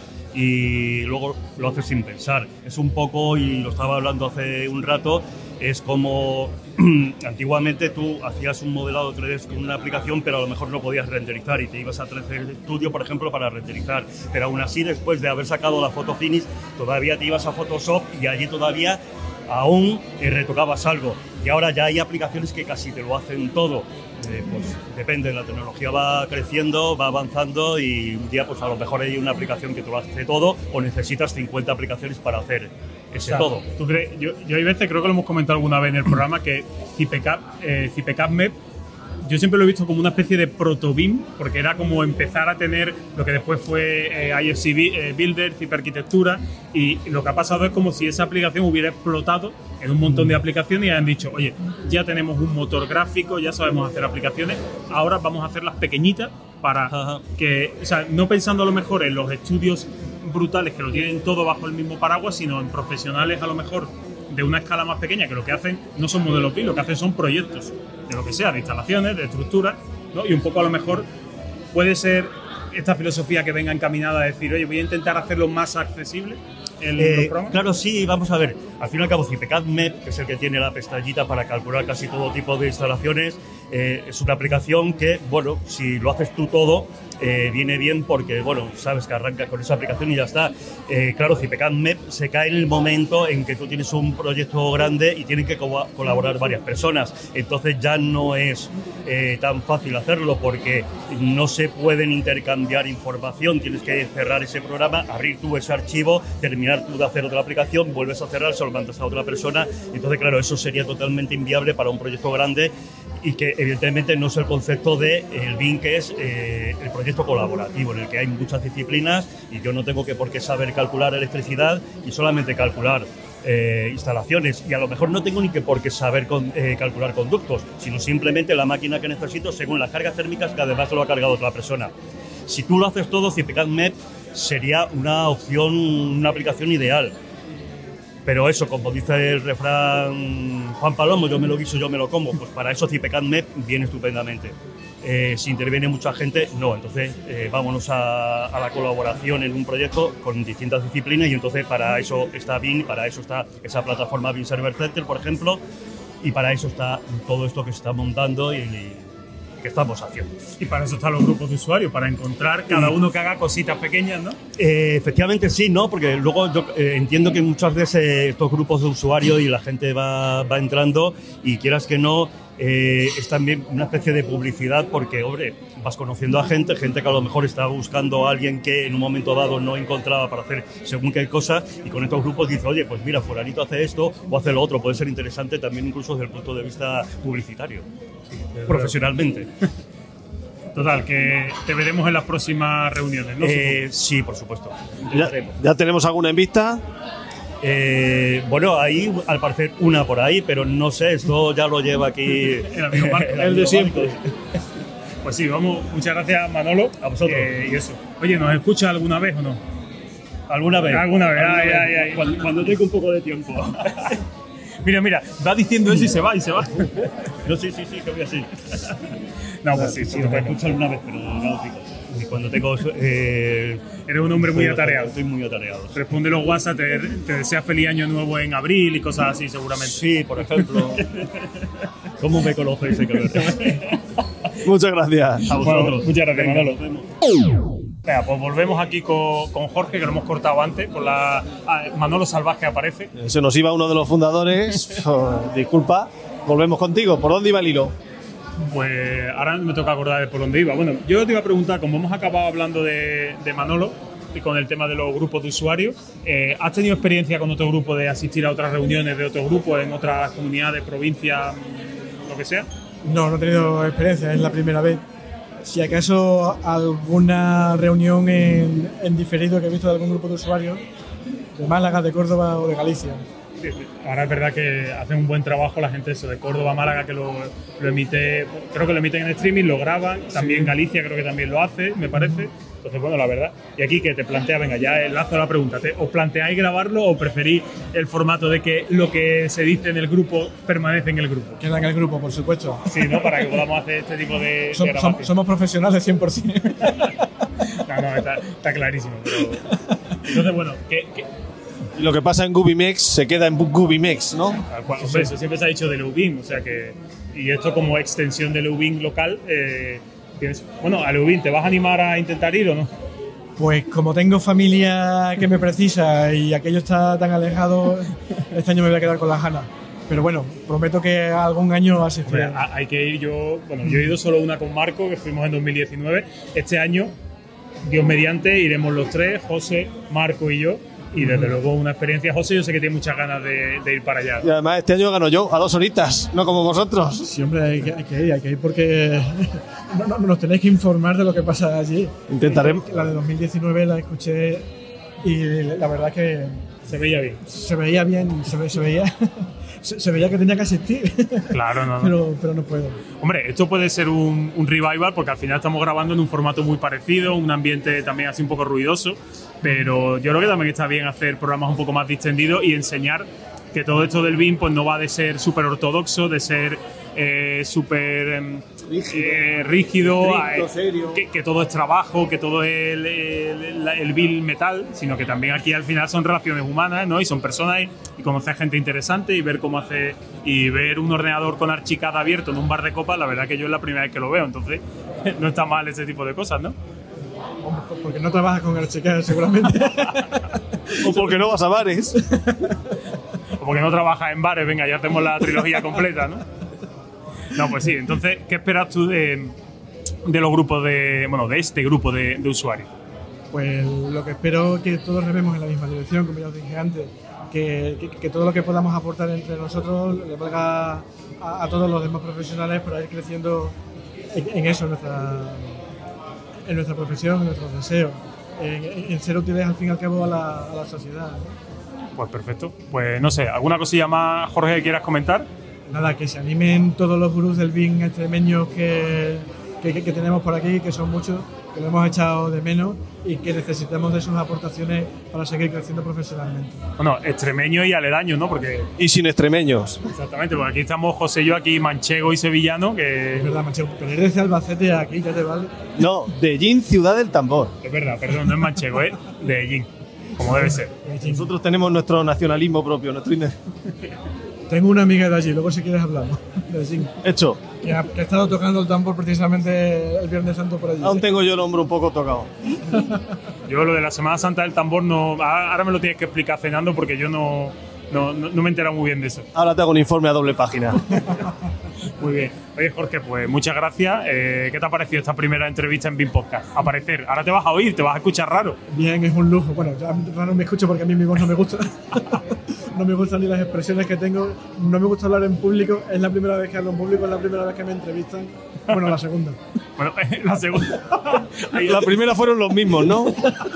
y luego lo haces sin pensar. Es un poco, y lo estaba hablando hace un rato, es como antiguamente tú hacías un modelado tres D con una aplicación, pero a lo mejor no podías renderizar y te ibas a tres D Studio, por ejemplo, para renderizar. Pero aún así, después de haber sacado la foto finish, todavía te ibas a Photoshop y allí todavía aún eh, retocabas algo. Y ahora ya hay aplicaciones que casi te lo hacen todo. Eh, pues depende, la tecnología va creciendo, va avanzando y un día pues a lo mejor hay una aplicación que te lo hace todo o necesitas cincuenta aplicaciones para hacer ese O sea, todo. ¿tú crees? Yo, yo hay veces, creo que lo hemos comentado alguna vez en el programa, que Zipecap, eh, Zipecapmap, yo siempre lo he visto como una especie de proto-BIM, porque era como empezar a tener lo que después fue eh, I F C B, eh, Builder, Zipe Arquitectura, y lo que ha pasado es como si esa aplicación hubiera explotado en un montón de aplicaciones y han dicho, oye, ya tenemos un motor gráfico, ya sabemos hacer aplicaciones, ahora vamos a hacerlas pequeñitas para Ajá. que, o sea, no pensando a lo mejor en los estudios brutales que lo tienen todo bajo el mismo paraguas, sino en profesionales a lo mejor de una escala más pequeña, que lo que hacen no son modelos B I M, lo que hacen son proyectos de lo que sea, de instalaciones, de estructuras, ¿no? Y un poco a lo mejor puede ser esta filosofía que venga encaminada a decir, oye, voy a intentar hacerlo más accesible en Eh, los programas. claro, sí, vamos a ver. Al fin y al cabo, CIPECAD M E P, que es el que tiene la pestañita para calcular casi todo tipo de instalaciones, eh, es una aplicación que, bueno, si lo haces tú todo, eh, viene bien porque, bueno, sabes que arrancas con esa aplicación y ya está. Eh, claro, CIPECAD M E P se cae en el momento en que tú tienes un proyecto grande y tienen que co- colaborar varias personas. Entonces ya no es eh, tan fácil hacerlo porque no se pueden intercambiar información. Tienes que cerrar ese programa, abrir tú ese archivo, terminar tú de hacer otra aplicación, vuelves a cerrar, se lo mandas a otra persona. Entonces, claro, eso sería totalmente inviable para un proyecto grande y que evidentemente no es el concepto de el B I M, que es eh, el proyecto colaborativo en el que hay muchas disciplinas y yo no tengo que por qué saber calcular electricidad y solamente calcular eh, instalaciones, y a lo mejor no tengo ni que por qué saber con, eh, calcular conductos, sino simplemente la máquina que necesito según las cargas térmicas que además lo ha cargado otra persona. Si tú lo haces todo, CIPECAD M E P sería una opción, una aplicación ideal. Pero eso, como dice el refrán Juan Palomo, yo me lo guiso, yo me lo como, pues para eso CIPECAD M E P viene estupendamente. Eh, si interviene mucha gente, no. Entonces, eh, vámonos a, a la colaboración en un proyecto con distintas disciplinas y entonces para eso está B I M, para eso está esa plataforma B I M Server Center, por ejemplo, y para eso está todo esto que se está montando y, y que estamos haciendo. Y para eso están los grupos de usuarios, para encontrar cada uno que haga cositas pequeñas, ¿no? Eh, efectivamente sí, ¿no? Porque luego yo eh, entiendo que muchas veces estos grupos de usuarios y la gente va, va entrando y quieras que no, eh, es también una especie de publicidad porque, hombre, vas conociendo a gente, gente que a lo mejor está buscando a alguien que en un momento dado no encontraba para hacer según qué cosa, y con estos grupos dice, oye, pues mira, fulanito hace esto o hace lo otro, puede ser interesante también incluso desde el punto de vista publicitario, sí, profesionalmente. Total, que te veremos en las próximas reuniones, ¿no? Eh, sí, por supuesto. ¿Ya, ¿Ya tenemos alguna en vista? Eh, bueno, ahí al parecer una por ahí, pero no sé, esto ya lo lleva aquí el amigo Marco. El de siempre. Pues sí, vamos, muchas gracias Manolo. A vosotros. Eh, y eso. Oye, ¿nos escuchas alguna vez o no? ¿Alguna vez? Alguna vez, ¿Alguna ay, vez? ay, ay. Cuando, cuando tengo un poco de tiempo. Mira, mira, va diciendo eso y se va, y se va. No, sí, sí, sí, que voy así. No, pues sí, sí. Lo escucho alguna vez, pero no digo. Y cuando tengo... Eh, Eres un hombre muy estoy, atareado. Estoy muy atareado. Responde los WhatsApp, te, te desea feliz año nuevo en abril y cosas así, seguramente. Sí, por ejemplo. ¿Cómo me conocéis? Muchas gracias. A vosotros. Bueno, muchas gracias, Venga, Manolo. nos vemos. Venga, pues volvemos aquí con, con Jorge, que lo hemos cortado antes, con la ah, Manolo Salvaje aparece. Se nos iba uno de los fundadores. Oh, disculpa. Volvemos contigo. ¿Por dónde iba el hilo? Pues ahora me toca acordar de por dónde iba. Bueno, yo te iba a preguntar, como hemos acabado hablando de, de Manolo y con el tema de los grupos de usuarios, eh, ¿has tenido experiencia con otro grupo de asistir a otras reuniones de otros grupos en otras comunidades, provincias, lo que sea? No, no he tenido experiencia, es la primera vez. Si acaso alguna reunión en, en diferido que he visto de algún grupo de usuarios, de Málaga, de Córdoba o de Galicia. Sí, ahora es verdad que hacen un buen trabajo la gente eso de Córdoba, Málaga, que lo, lo emite, creo que lo emiten en streaming, lo graban, también Sí. Galicia creo que también lo hace, me parece. Entonces, bueno, la verdad. Y aquí que te plantea, venga, ya enlazo la pregunta, ¿te, ¿os planteáis grabarlo o preferís el formato de que lo que se dice en el grupo permanece en el grupo? Queda en el grupo, por supuesto. Sí, ¿no? Para que podamos hacer este tipo de, de Som- som- grabación. somos profesionales cien por ciento. No, no, está, está clarísimo. Pero... Entonces, bueno, que, que, Y lo que pasa en Gubimex se queda en Gubimex, ¿no? Tal cual. Hombre, eso siempre se ha dicho del U B I M, o sea que. Y esto como extensión del U B I M local. Eh, tienes, bueno, al U B I M, ¿te vas a animar a intentar ir o no? Pues como tengo familia que me precisa y aquello está tan alejado, este año me voy a quedar con las ganas. Pero bueno, prometo que algún año asistiré. Hombre, hay que ir. Yo, bueno, yo he ido solo una con Marco, que fuimos en dos mil diecinueve. Este año, Dios mediante, iremos los tres, José, Marco y yo. Y desde luego una experiencia. José, yo sé que tiene muchas ganas de, de ir para allá. Y además este año gano yo, a dos horitas, no como vosotros. Sí, hombre, hay que, hay que ir, hay que ir porque no, no, nos tenéis que informar de lo que pasa allí. Intentaremos. La de dos mil diecinueve la escuché y la verdad es que Se veía bien. se veía bien, se, ve- se veía se, se veía que tenía que asistir, Claro, no, no. pero, pero no puedo. Hombre, esto puede ser un, un revival porque al final estamos grabando en un formato muy parecido, un ambiente también así un poco ruidoso. pero yo creo que también está bien hacer programas un poco más distendidos y enseñar que todo esto del B I M pues no va de ser súper ortodoxo, de ser eh, súper eh, rígido, eh, rígido estricto, eh, serio. Que, que todo es trabajo, que todo es el, el, el Bill metal, sino que también aquí al final son relaciones humanas, ¿no? Y son personas y, y conocer gente interesante y ver cómo hace, y ver un ordenador con Archicad abierto en un bar de copas, la verdad que yo es la primera vez que lo veo, entonces no está mal ese tipo de cosas, ¿no? Porque no trabajas con Archicad seguramente. O porque no vas a bares. O porque no trabajas en bares, venga, ya tenemos la trilogía completa, ¿no? No, pues sí, entonces, ¿qué esperas tú de, de los grupos de, bueno, de este grupo de, de usuarios? Pues lo que espero es que todos rememos en la misma dirección, como ya os dije antes, que, que, que todo lo que podamos aportar entre nosotros le valga a, a todos los demás profesionales para ir creciendo en, en eso, en nuestra, en nuestra profesión, en nuestros deseos, en, en ser útiles al fin y al cabo a la, a la sociedad, ¿no? Pues perfecto. Pues no sé, ¿alguna cosilla más, Jorge, que quieras comentar? Nada, que se animen todos los gurús del B I M extremeños que, que, que tenemos por aquí, que son muchos, que lo hemos echado de menos y que necesitamos de sus aportaciones para seguir creciendo profesionalmente. Bueno, extremeños y aledaños, ¿no? Porque... Y sin extremeños. Exactamente, porque aquí estamos José y yo, aquí manchego y sevillano, que... Es verdad, manchego, pero eres de Albacete aquí, ya te vale. No, de Ellín, ciudad del tambor. Es verdad, perdón, no es manchego, es de Ellín, como debe ser. Nosotros tenemos nuestro nacionalismo propio, nuestro... Tengo una amiga de allí, luego si quieres hablamos. De allí. Hecho. Que ha, que ha estado tocando el tambor precisamente el Viernes Santo por allí. Aún tengo yo el hombro un poco tocado. Yo lo de la Semana Santa del tambor, no, ahora me lo tienes que explicar cenando porque yo no, no, no, no me he enterado muy bien de eso. Ahora te hago un informe a doble página. Muy bien. Oye, Jorge, pues muchas gracias. Eh, ¿Qué te ha parecido esta primera entrevista en B I M Podcast? Aparecer. Ahora te vas a oír, te vas a escuchar raro. Bien, es un lujo. Bueno, ya raro me escucho porque a mí mi voz no me gusta. No me gustan ni las expresiones que tengo. No me gusta hablar en público. Es la primera vez que hablo en público, es la primera vez que me entrevistan. Bueno, la segunda. Bueno, la segunda. La primera fueron los mismos, ¿no?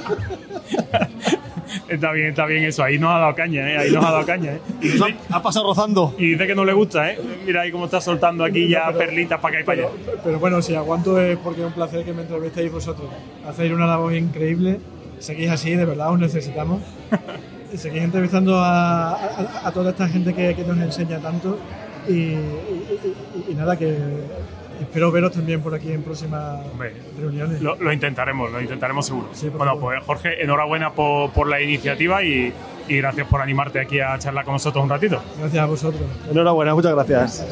Está bien, está bien eso. Ahí nos ha dado caña, ¿eh? Ahí nos ha dado caña, ¿eh? Y dice, ha pasado rozando. Y dice que no le gusta, ¿eh? Mira ahí cómo está soltando aquí ya pero, perlitas para acá y para allá. Pero, pero bueno, si aguanto es porque es un placer que me entrevistéis vosotros. Hacéis una labor increíble. Seguís así, de verdad, os necesitamos. Seguís entrevistando a, a, a toda esta gente que, que nos enseña tanto. Y, y, y, y nada, que espero veros también por aquí en próximas Hombre, reuniones. Lo, lo intentaremos, lo intentaremos seguro. Sí, bueno, favor. Pues Jorge, enhorabuena por, por la iniciativa y, y gracias por animarte aquí a charlar con nosotros un ratito. Gracias a vosotros. Enhorabuena, muchas gracias.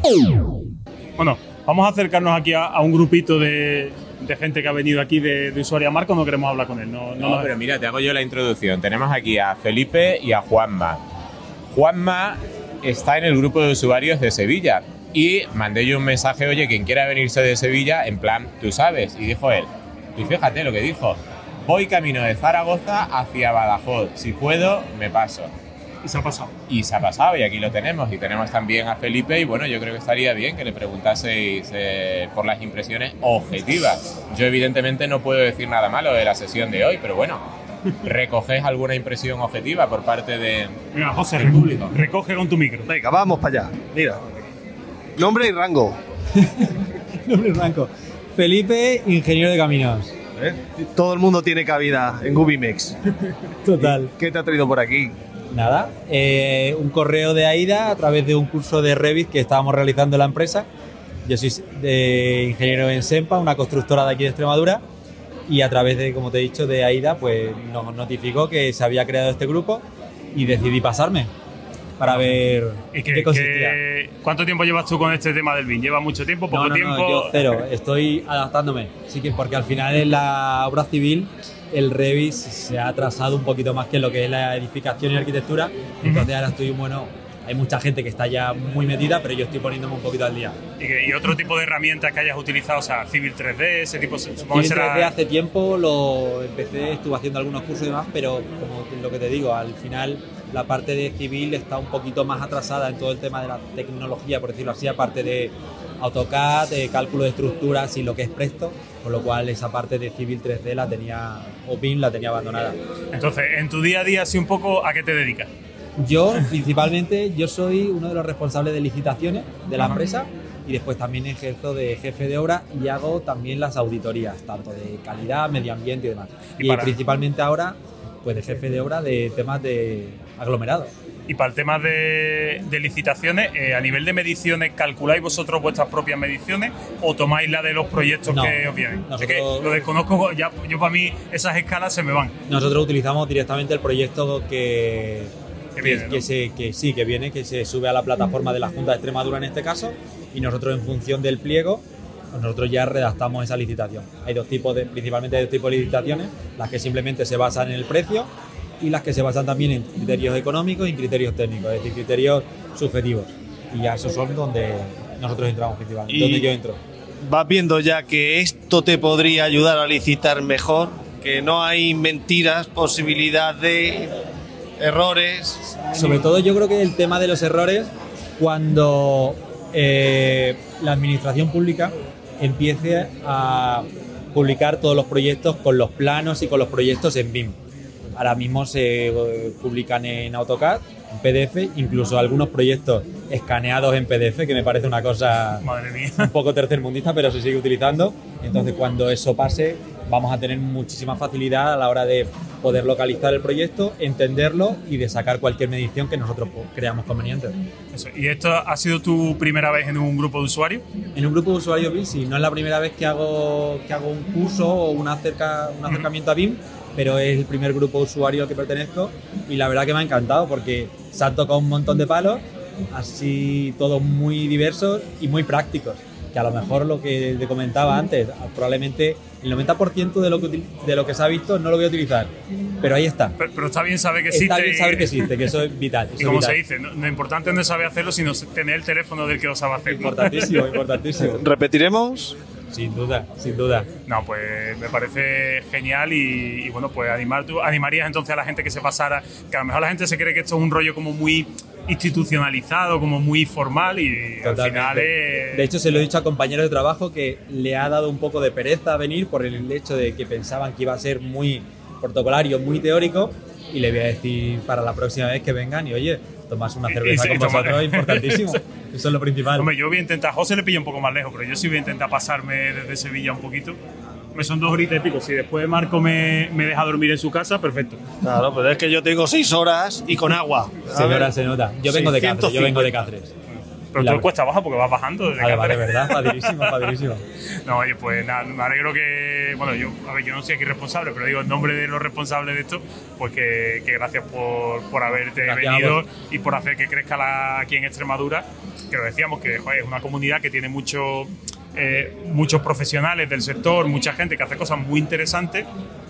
Bueno, vamos a acercarnos aquí a, a un grupito de, de gente que ha venido aquí de, de Usuaria Marco. No queremos hablar con él. No, no, no pero mira, te hago yo la introducción. Tenemos aquí a Felipe y a Juanma. Juanma está en el grupo de usuarios de Sevilla. Y mandé yo un mensaje, oye, quien quiera venirse de Sevilla, en plan, tú sabes. Y dijo él, y fíjate lo que dijo, voy camino de Zaragoza hacia Badajoz. Si puedo, me paso. Y se ha pasado. Y se ha pasado, y aquí lo tenemos. Y tenemos también a Felipe, y bueno, yo creo que estaría bien que le preguntaseis eh, por las impresiones objetivas. Yo evidentemente no puedo decir nada malo de la sesión de hoy, pero bueno, ¿recogéis alguna impresión objetiva por parte de, Mira, José, del público? Recoge con tu micro. Venga, vamos para allá. Mira. Nombre y rango. Nombre y rango. Felipe, ingeniero de caminos. ¿Eh? Todo el mundo tiene cabida en Gubimex. Total. ¿Qué te ha traído por aquí? Nada, eh, un correo de AIDA a través de un curso de Revit que estábamos realizando en la empresa. Yo soy de ingeniero en SEMPA, una constructora de aquí de Extremadura, y a través de, como te he dicho, de AIDA, pues nos notificó que se había creado este grupo y decidí pasarme para ver ¿Y que, qué consistía. Que, ¿Cuánto tiempo llevas tú con este tema del B I M? ¿Llevas mucho tiempo, poco no, no, tiempo? No, yo cero, estoy adaptándome. Sí que porque al final en la obra civil el Revit se ha atrasado un poquito más que lo que es la edificación y arquitectura. Entonces uh-huh. ahora estoy, bueno, hay mucha gente que está ya muy metida, pero yo estoy poniéndome un poquito al día. ¿Y, que, y otro tipo de herramientas que hayas utilizado? O sea, Civil tres D, ese tipo, supongo Civil que será... tres D hace tiempo lo empecé, estuve haciendo algunos cursos y demás, pero como lo que te digo, al final la parte de civil está un poquito más atrasada en todo el tema de la tecnología, por decirlo así, aparte de AutoCAD, de cálculo de estructuras y lo que es Presto, con lo cual esa parte de Civil tres D la tenía, o B I M la tenía abandonada. Entonces, en tu día a día, así un poco, ¿a qué te dedicas? Yo, principalmente, yo soy uno de los responsables de licitaciones de la empresa y después también ejerzo de jefe de obra y hago también las auditorías, tanto de calidad, medio ambiente y demás. Y Y, para- principalmente ahora, pues de jefe de obra de temas de aglomerados. Y para el tema de, de licitaciones, eh, a nivel de mediciones, ¿calculáis vosotros vuestras propias mediciones o tomáis la de los proyectos No, que os vienen? nosotros- Es que lo desconozco, ya, yo para mí esas escalas se me van. Nosotros utilizamos directamente el proyecto que, Que viene, que, ¿no? se, que sí, que viene, que se sube a la plataforma de la Junta de Extremadura en este caso, y nosotros en función del pliego, pues nosotros ya redactamos esa licitación. Hay dos tipos de, principalmente hay dos tipos de licitaciones, las que simplemente se basan en el precio y las que se basan también en criterios económicos y en criterios técnicos, es decir, criterios subjetivos. Y ya esos son donde nosotros entramos principalmente, Y- donde yo entro. Vas viendo ya que esto te podría ayudar a licitar mejor, que no hay mentiras, posibilidad de errores. Sobre todo yo creo que el tema de los errores cuando eh, la administración pública empiece a publicar todos los proyectos con los planos y con los proyectos en B I M. Ahora mismo se eh, publican en AutoCAD, en P D F, incluso algunos proyectos escaneados en P D F, que me parece una cosa Madre mía. un poco tercermundista, pero se sigue utilizando. Entonces, cuando eso pase, vamos a tener muchísima facilidad a la hora de poder localizar el proyecto, entenderlo y de sacar cualquier medición que nosotros pues, creamos conveniente. Eso. ¿Y esto ha sido tu primera vez en un grupo de usuarios? En un grupo de usuarios B I M, sí, no es la primera vez que hago, que hago un curso o un, acerca, un acercamiento a B I M, pero es el primer grupo de usuarios al que pertenezco y la verdad que me ha encantado porque se han tocado un montón de palos, así todos muy diversos y muy prácticos. Que a lo mejor lo que te comentaba antes, probablemente el noventa por ciento de lo que, util- de lo que se ha visto no lo voy a utilizar, pero ahí está. Pero, pero está bien saber que existe. Está bien saber y- que existe, que eso es vital. Eso Y como es se vital. dice, no- lo importante no es saber hacerlo, sino tener el teléfono del que lo sabe hacer. ¿no? Importantísimo, importantísimo. ¿Repetiremos? Sin duda, sin duda. No, pues me parece genial y, y bueno, pues animar, tú animarías entonces a la gente que se pasara, que a lo mejor la gente se cree que esto es un rollo como muy institucionalizado, como muy formal y al Totalmente. final es... De hecho, se lo he dicho a compañeros de trabajo que le ha dado un poco de pereza venir por el hecho de que pensaban que iba a ser muy protocolario, muy teórico, y le voy a decir para la próxima vez que vengan y oye, tomas una Y- cerveza y- con y toma- vosotros es importantísimo. Eso es lo principal. Hombre, yo voy a intentar, a José le pilla un poco más lejos, pero yo sí voy a intentar pasarme desde Sevilla un poquito. Me son dos horitas y pico. Si después Marco me, me deja dormir en su casa, perfecto. Claro, pero es que yo tengo seis horas y con agua. A Señora, ver. se nota. Yo vengo de Cáceres, yo vengo de seiscientos Cáceres. Pero La- tú cuesta baja porque vas bajando desde Vale, vale, Cáceres. verdad, padrísimo, padrísimo. No, oye, pues nada, me alegro que, bueno, yo, a ver, yo no soy aquí responsable, pero digo en nombre de los responsables de esto, pues que, que gracias por, por haberte Gracias a venido vos. y por hacer que crezca la, aquí en Extremadura, que lo decíamos, que joder, es una comunidad que tiene mucho, eh, muchos profesionales del sector, mucha gente que hace cosas muy interesantes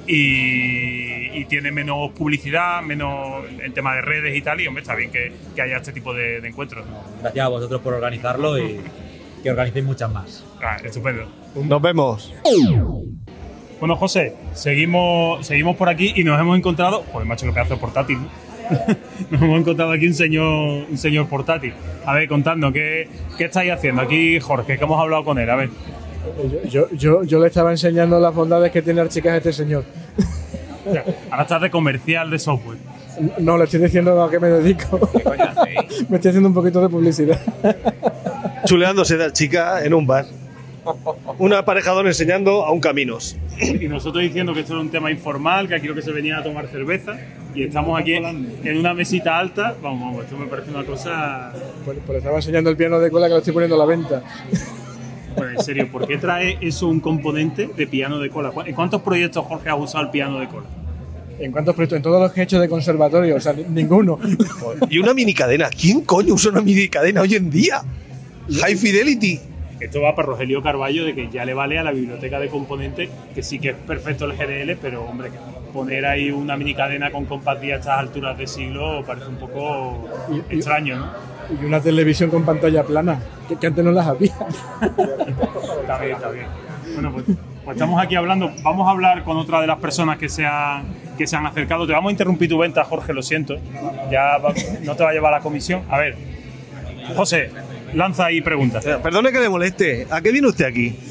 y, y tiene menos publicidad, menos en tema de redes y tal, y hombre, está bien que, que haya este tipo de, de encuentros. Gracias a vosotros por organizarlo y que organicéis muchas más. Ah, estupendo. Nos vemos. Bueno, José, seguimos, seguimos por aquí y nos hemos encontrado... Joder, macho, qué pedazo de portátil, ¿no? Nos hemos encontrado aquí un señor, un señor portátil. A ver, contadnos, ¿qué, ¿qué estáis haciendo? Aquí Jorge, que hemos hablado con él, a ver. Yo, yo, yo le estaba enseñando las bondades que tiene Archicad este señor. O sea, ahora estás de comercial de software. No, le estoy diciendo a qué me dedico. Me estoy haciendo un poquito de publicidad. Chuleándose de chica en un bar. Un aparejador enseñando a un caminos. Y nosotros diciendo que esto era un tema informal, que aquí lo que se venía a tomar cerveza, y estamos aquí en una mesita alta. Vamos, vamos, esto me parece una cosa... Pues, pues le estaba enseñando el piano de cola que lo estoy poniendo a la venta. Bueno, en serio, ¿por qué trae eso un componente de piano de cola? ¿En cuántos proyectos, Jorge, has usado el piano de cola? ¿En cuántos proyectos? En todos los que he hecho de conservatorio, o sea, ni- ninguno. Y una mini cadena. ¿Quién coño usa una mini cadena hoy en día? High Fidelity. Esto va para Rogelio Carballo, de que ya le vale a la biblioteca de componentes, que sí que es perfecto el G D L, pero hombre, poner ahí una mini cadena con compatía a estas alturas de siglo parece un poco Y- y- extraño, ¿no? Y una televisión con pantalla plana, que, que antes no las había. Está bien, está bien. Bueno, pues, pues estamos aquí hablando. Vamos a hablar con otra de las personas que se han, que se han acercado. Te vamos a interrumpir tu venta, Jorge, lo siento. Ya va- no te va a llevar a la comisión. A ver, José, lanza ahí preguntas. Eh, Perdone que le moleste. ¿A qué viene usted aquí?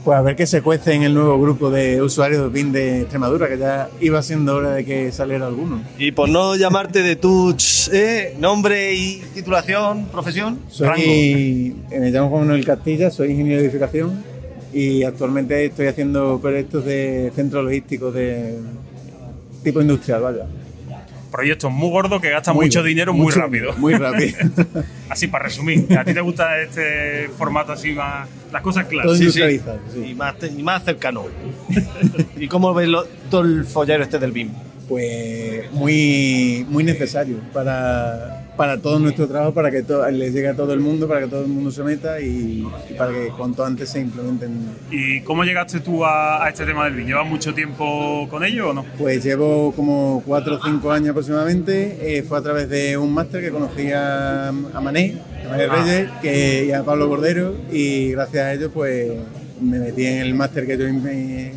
Pues a ver qué se cuece en el nuevo grupo de usuarios de B I M de Extremadura, que ya iba siendo hora de que saliera alguno. Y por no llamarte de tu eh, nombre y titulación, profesión, soy, rango. Eh, me llamo Juan Manuel Castilla, soy ingeniero de edificación y actualmente estoy haciendo proyectos de centros logísticos de tipo industrial, vaya. Proyectos muy gordos que gastan Muy mucho gordo, dinero muy mucho, rápido. Muy rápido. Así para resumir, ¿a ti te gusta este formato así más, las cosas claras? Todo Sí, industrializado, sí. sí. Y, más, y más cercano. ¿Y cómo ves lo- todo el follero este del B I M? Pues muy, muy necesario para, para todo nuestro trabajo, para que to- le llegue a todo el mundo, para que todo el mundo se meta y, y para que cuanto antes se implementen. ¿Y cómo llegaste tú a, a este tema del B I M? ¿Llevas mucho tiempo con ello o no? Pues llevo como cuatro o cinco años aproximadamente. Eh, fue a través de un máster que conocí a, a Mané, a Mané Ah. Reyes que, y a Pablo Cordero, y gracias a ellos pues me metí en el máster que ellos me,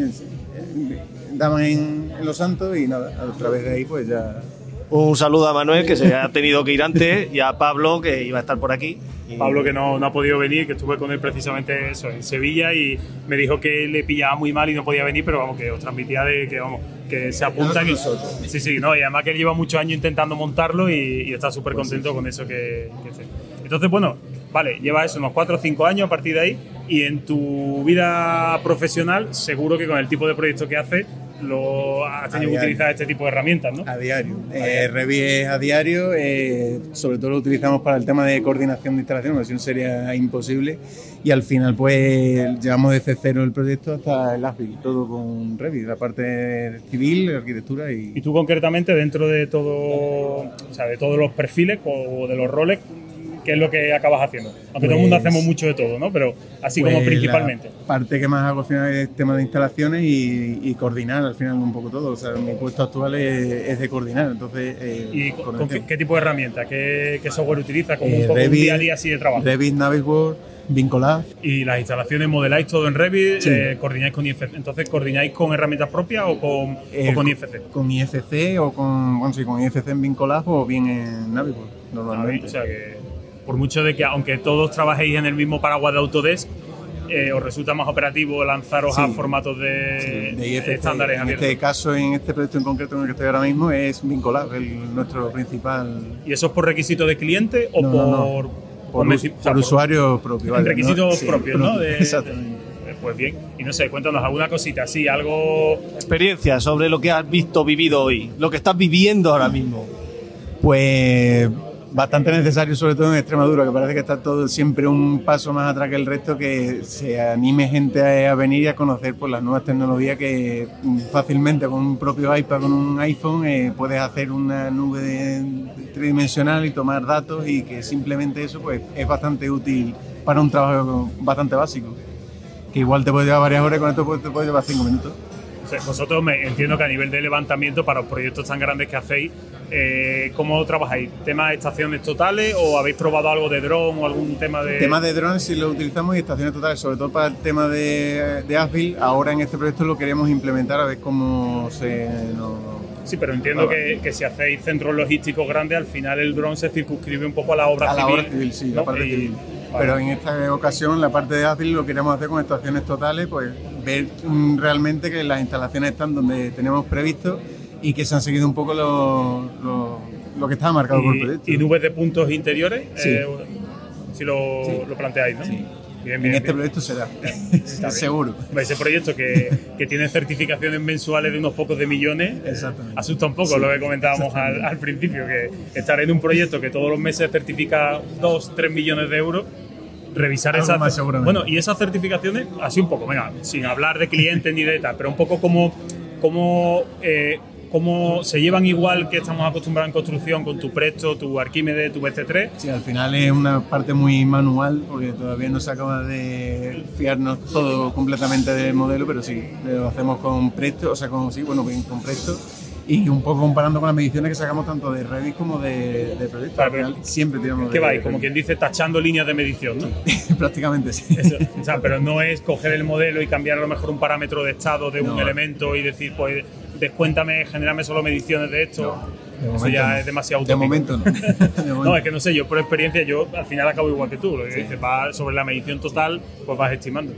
daban en, en Los Santos y nada, a través de ahí pues ya... Un saludo a Manuel, que se ha tenido que ir antes, y a Pablo, que iba a estar por aquí. Y- Pablo, que no, no ha podido venir, que estuve con él precisamente eso, en Sevilla, y me dijo que le pillaba muy mal y no podía venir, pero vamos, que os transmitía de que vamos, que se apunta. Que, sí, sí, no, y además que él lleva muchos años intentando montarlo y, y está súper contento con eso que, que esté. Entonces, bueno, vale, lleva eso unos cuatro o cinco años a partir de ahí, y en tu vida profesional, seguro que con el tipo de proyecto que haces, lo has tenido que diario. utilizar este tipo de herramientas, ¿no? A diario. Eh, Revit es a diario, eh, sobre todo lo utilizamos para el tema de coordinación de instalación, porque si no sería imposible. Y al final, pues llevamos desde cero el proyecto hasta el Asbil, todo con Revit, la parte civil, arquitectura y. Y tú concretamente, dentro de todo, o sea, de todos los perfiles o de los roles, ¿qué es lo que acabas haciendo? Aunque todo el mundo Pues- hacemos mucho de todo, ¿no? Pero así como Pues principalmente. La parte que más hago al final es tema de instalaciones y, y coordinar al final un poco todo. O sea, mi puesto actual es, es de coordinar, entonces. Eh, ¿Y con, coordinación. con qué, qué tipo de herramienta? ¿Qué, qué software utilizas? Como Eh, un poco Revit, un día a día así de trabajo. Revit, Navisworks, Vincolab. Y las instalaciones modeláis todo en Revit, Sí. eh, coordináis con I F C. Entonces, ¿coordináis con herramientas propias o con, Eh, o con I F C? Con I F C o con, bueno, sí, con I F C en Vincolab o bien en Navisworks, normalmente. O sea que, por mucho de que, aunque todos trabajéis en el mismo paraguas de Autodesk, eh, os resulta más operativo lanzaros Sí. a formatos de, Sí, de I F C. estándares En abiertos. este caso, en este proyecto en concreto en el que estoy ahora mismo, es Vincolab, el, nuestro principal. ¿Y eso es por requisito de cliente o No, por, no, no. Por, convenci- us- o sea, por usuario propio. en vaya, ¿no? requisitos Sí, propios, ¿no? propio, De- exactamente. de- pues bien, y no sé, cuéntanos alguna cosita, sí, algo. Experiencia sobre lo que has visto, vivido hoy, lo que estás viviendo ahora mismo. Pues bastante necesario, sobre todo en Extremadura, que parece que está todo siempre un paso más atrás que el resto, que se anime gente a, a venir y a conocer pues, las nuevas tecnologías que mm, fácilmente con un propio iPad, con un iPhone, eh, puedes hacer una nube de- tridimensional y tomar datos, y que simplemente eso pues, es bastante útil para un trabajo bastante básico, que igual te puede llevar varias horas y con esto pues, te puede llevar cinco minutos. O sea, vosotros me entiendo que a nivel de levantamiento para los proyectos tan grandes que hacéis, eh, ¿cómo trabajáis? ¿Tema de estaciones totales o habéis probado algo de dron o algún tema de...? El tema de drones sí lo utilizamos, y estaciones totales, sobre todo para el tema de, de Asbil. Ahora en este proyecto lo queremos implementar a ver cómo se nos... Sí, pero entiendo que, que si hacéis centros logísticos grandes, al final el dron se circunscribe un poco a la obra a la civil. obra civil, sí, ¿no? la parte Y- civil. vale. Pero en esta ocasión, la parte de Asbil lo queremos hacer con estaciones totales, pues ver mm, realmente que las instalaciones están donde tenemos previsto y que se han seguido un poco lo, lo, lo que estaba marcado por el y, proyecto. y nubes de puntos interiores, Sí. eh, si lo, Sí. lo planteáis, ¿no? Sí. Bien, En bien, este bien. proyecto será, bien. seguro. Ese proyecto que, que tiene certificaciones mensuales de unos pocos de millones, Exactamente. asusta un poco Sí, lo que comentábamos al, al principio, que estar en un proyecto que todos los meses certifica dos, tres millones de euros, revisar Algo esas... más seguramente. Bueno, y esas certificaciones, así un poco, venga, sin hablar de clientes ni de tal, pero un poco como... como eh, cómo se llevan igual que estamos acostumbrados en construcción con tu Presto, tu Arquímedes, tu B C tres. Sí, al final es una parte muy manual, porque todavía no se acaba de fiarnos todo completamente del modelo, pero sí, lo hacemos con Presto, o sea, con, sí, bueno, bien, con Presto, y un poco comparando con las mediciones que sacamos tanto de Revit como de, de Proyecto. Claro, Al final pero siempre tiramos ¿Qué de vais? Como Revit. quien dice, tachando líneas de medición, ¿no? Prácticamente sí. Eso, o sea, pero no es coger el modelo y cambiar a lo mejor un parámetro de estado de un No. elemento y decir, pues descuéntame, genérame solo mediciones de esto. De Eso momento ya no. es demasiado De utópico. momento no. De No, momento. es que no sé, yo por experiencia, yo al final acabo igual que tú. Lo que dices, vas sobre la medición total, pues vas estimando.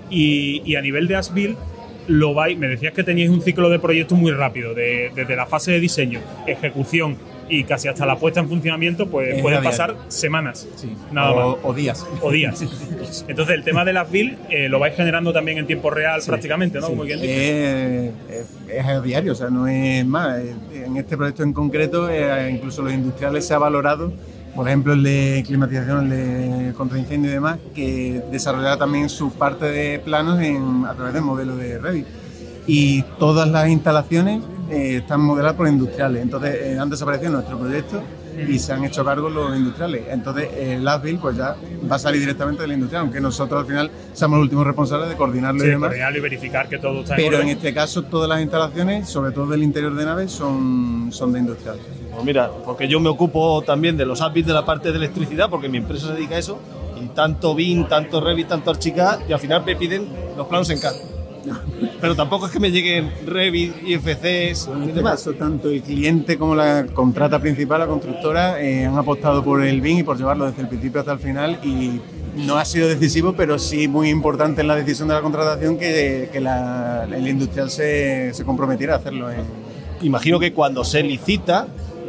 Y, y a nivel de as-build, lo vais, me decías que teníais un ciclo de proyecto muy rápido, de, desde la fase de diseño, ejecución y casi hasta la puesta en funcionamiento, pues Es pueden a pasar diario. semanas, Sí. nada o, más. o días. O días. Entonces, el tema de las build eh, lo vais generando también en tiempo real Sí, prácticamente, ¿no? sí. Como quien dice. Es, es- es a diario, o sea, no es más. Eh, En este proyecto en concreto, eh, incluso los industriales se ha valorado, por ejemplo, el de climatización, el de contraincendio y demás, que desarrollará también su parte de planos en, a través del modelo de Revit. Y todas las instalaciones eh, están modeladas por industriales. Entonces, eh, han desaparecido nuestro proyecto y se han hecho cargo los industriales. Entonces, el as-build pues ya va a salir directamente del industrial, aunque nosotros al final somos los últimos responsables de coordinarlo Sí, y demás. coordinarlo y verificar que todo está en Pero en orden. este caso todas las instalaciones, sobre todo del interior de naves, son, son de industriales. Pues mira, porque yo me ocupo también de los as-build de la parte de electricidad, porque mi empresa se dedica a eso, y tanto B I M, tanto Revit, tanto Archicad, y al final me piden los planos en C A D. Pero tampoco es que me lleguen Revit, I F Cs En y este demás. caso, tanto el cliente como la contrata principal, la constructora, eh, han apostado por el B I M y por llevarlo desde el principio hasta el final, y no ha sido decisivo, pero sí muy importante en la decisión de la contratación que, que la- el industrial se, se comprometiera a hacerlo. En, Imagino que cuando se licita,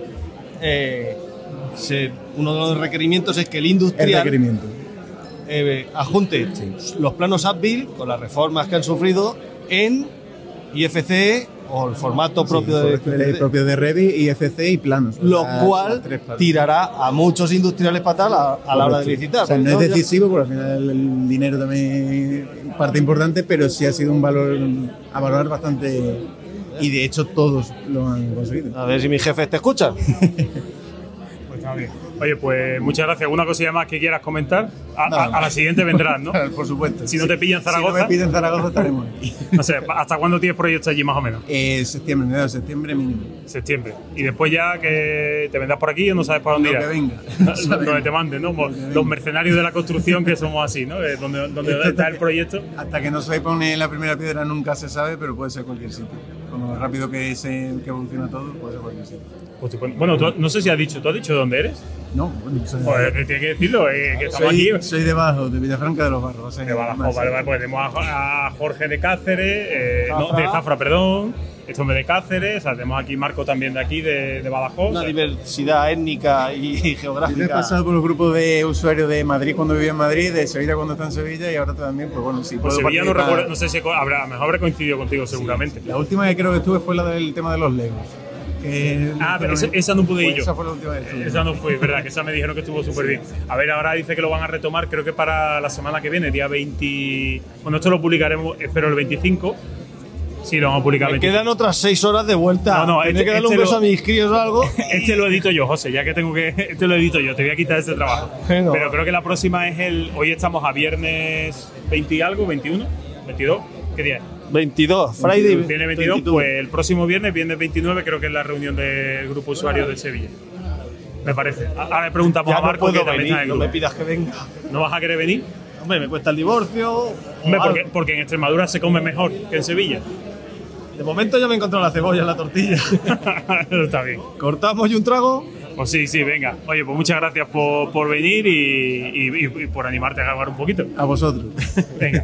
eh, se- uno de los requerimientos es que el el industrial requerimiento. eh, adjunte los planos as-build con las reformas que han sufrido en I F C o el formato propio Sí, de, por- el propio de Revit, I F C y planos. lo Las- cual las tres partes. tirará a muchos industriales para tal a, a la hora de Correcto. licitar. O sea, porque no es ya- decisivo, porque al final el dinero también es parte importante, pero sí ha sido un valor a valorar bastante, y de hecho todos lo han conseguido. A ver si mis jefes te escuchan. Pues está bien. Oye, pues muchas gracias. ¿Alguna cosilla más que quieras comentar? A, Nada a- a más. la siguiente vendrás, ¿no? Por supuesto. Si no te pillan en Si no Zaragoza. me piden Zaragoza, estaremos ahí. No sé, ¿hasta cuándo tienes proyectos allí más o menos? Eh, septiembre, mediados de septiembre mínimo. Septiembre. Y después ya que te vendrás por aquí o no sabes para dónde Lo irás. que venga. Donde te manden, ¿no? Como los mercenarios de la construcción que somos así, ¿no? Eh, Donde, donde Esto está hasta el que- proyecto. Hasta que no se pone la primera piedra nunca se sabe, pero puede ser cualquier sitio. Con lo rápido que, se, que evoluciona todo, puede ser cualquier sitio. Pues, tú- bueno, tú- no sé si has dicho, ¿tú has dicho dónde eres? No, bueno, soy, Pues tienes que decirlo, eh, que estamos soy, aquí. soy de Bajo, de Villafranca de los Barros. o sea, De Badajoz, más, vale, sí. vale, pues tenemos a, a Jorge de Cáceres, eh, no, Zafra. de Zafra, perdón, este hombre de Cáceres, o sea, tenemos aquí Marco también de aquí, de, de Badajoz. Una o sea, diversidad étnica y Yo he geográfica. pasado por los grupos de usuarios de Madrid cuando vivía en Madrid, de Sevilla cuando está en Sevilla, y ahora también, pues bueno, sí pues puedo Sevilla no participar. recuerdo, no sé si co- habrá, a lo mejor habré coincidido contigo seguramente. La última que creo que estuve fue la del tema de los Legos. que Ah, pero esa, hicieron- esa no pude ir pues yo. Esa fue la última vez. sí. Esa no fue, es verdad, que esa me dijeron que estuvo súper bien. A ver, ahora dice que lo van a retomar, creo que para la semana que viene, día veinte. Bueno, esto lo publicaremos, espero, el veinticinco. Sí, lo vamos a publicar el Me veinticinco. quedan otras seis horas de vuelta. No, no, Tendré este- que darle este un beso lo- a mis críos o algo. Este lo edito yo, José, ya que tengo que. Este lo edito yo, te voy a quitar ese trabajo. Venga, Pero va. creo que la próxima es el. Hoy estamos a viernes veinte y algo, veintiuno, veintidós. ¿Qué día es? veintidós, Friday. Viene veintidós, veintidós. pues el próximo viernes, viernes veintinueve, creo que es la reunión del grupo usuario de Sevilla. Me parece. A- Ahora le preguntamos Ya a no Marco que puedo también venir, está en el no grupo. me pidas que venga. ¿No vas a querer venir? Hombre, me cuesta el divorcio. o Hombre, algo. porque, porque en Extremadura se come mejor que en Sevilla. De momento ya me he encontrado la cebolla en la tortilla. Eso está bien. Cortamos y un trago. Pues sí, sí, venga. Oye, pues muchas gracias por, por venir y, y- y- y por animarte a grabar un poquito. A vosotros. Venga.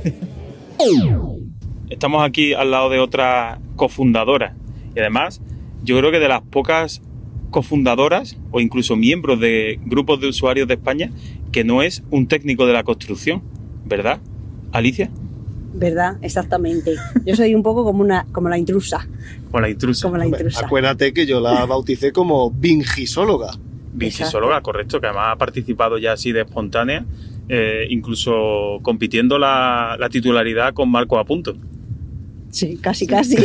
Estamos aquí al lado de otra cofundadora. Y además, yo creo que de las pocas cofundadoras o incluso miembros de grupos de usuarios de España que no es un técnico de la construcción, ¿verdad, Alicia? ¿Verdad? Exactamente. Yo soy un poco como una como la intrusa. Con la intrusa. Como la Hombre, intrusa. acuérdate que yo la bauticé como bingisóloga. Bingisóloga, correcto, que además ha participado ya así de espontánea, eh, incluso compitiendo la, la titularidad con Marco a punto. Sí, casi, casi.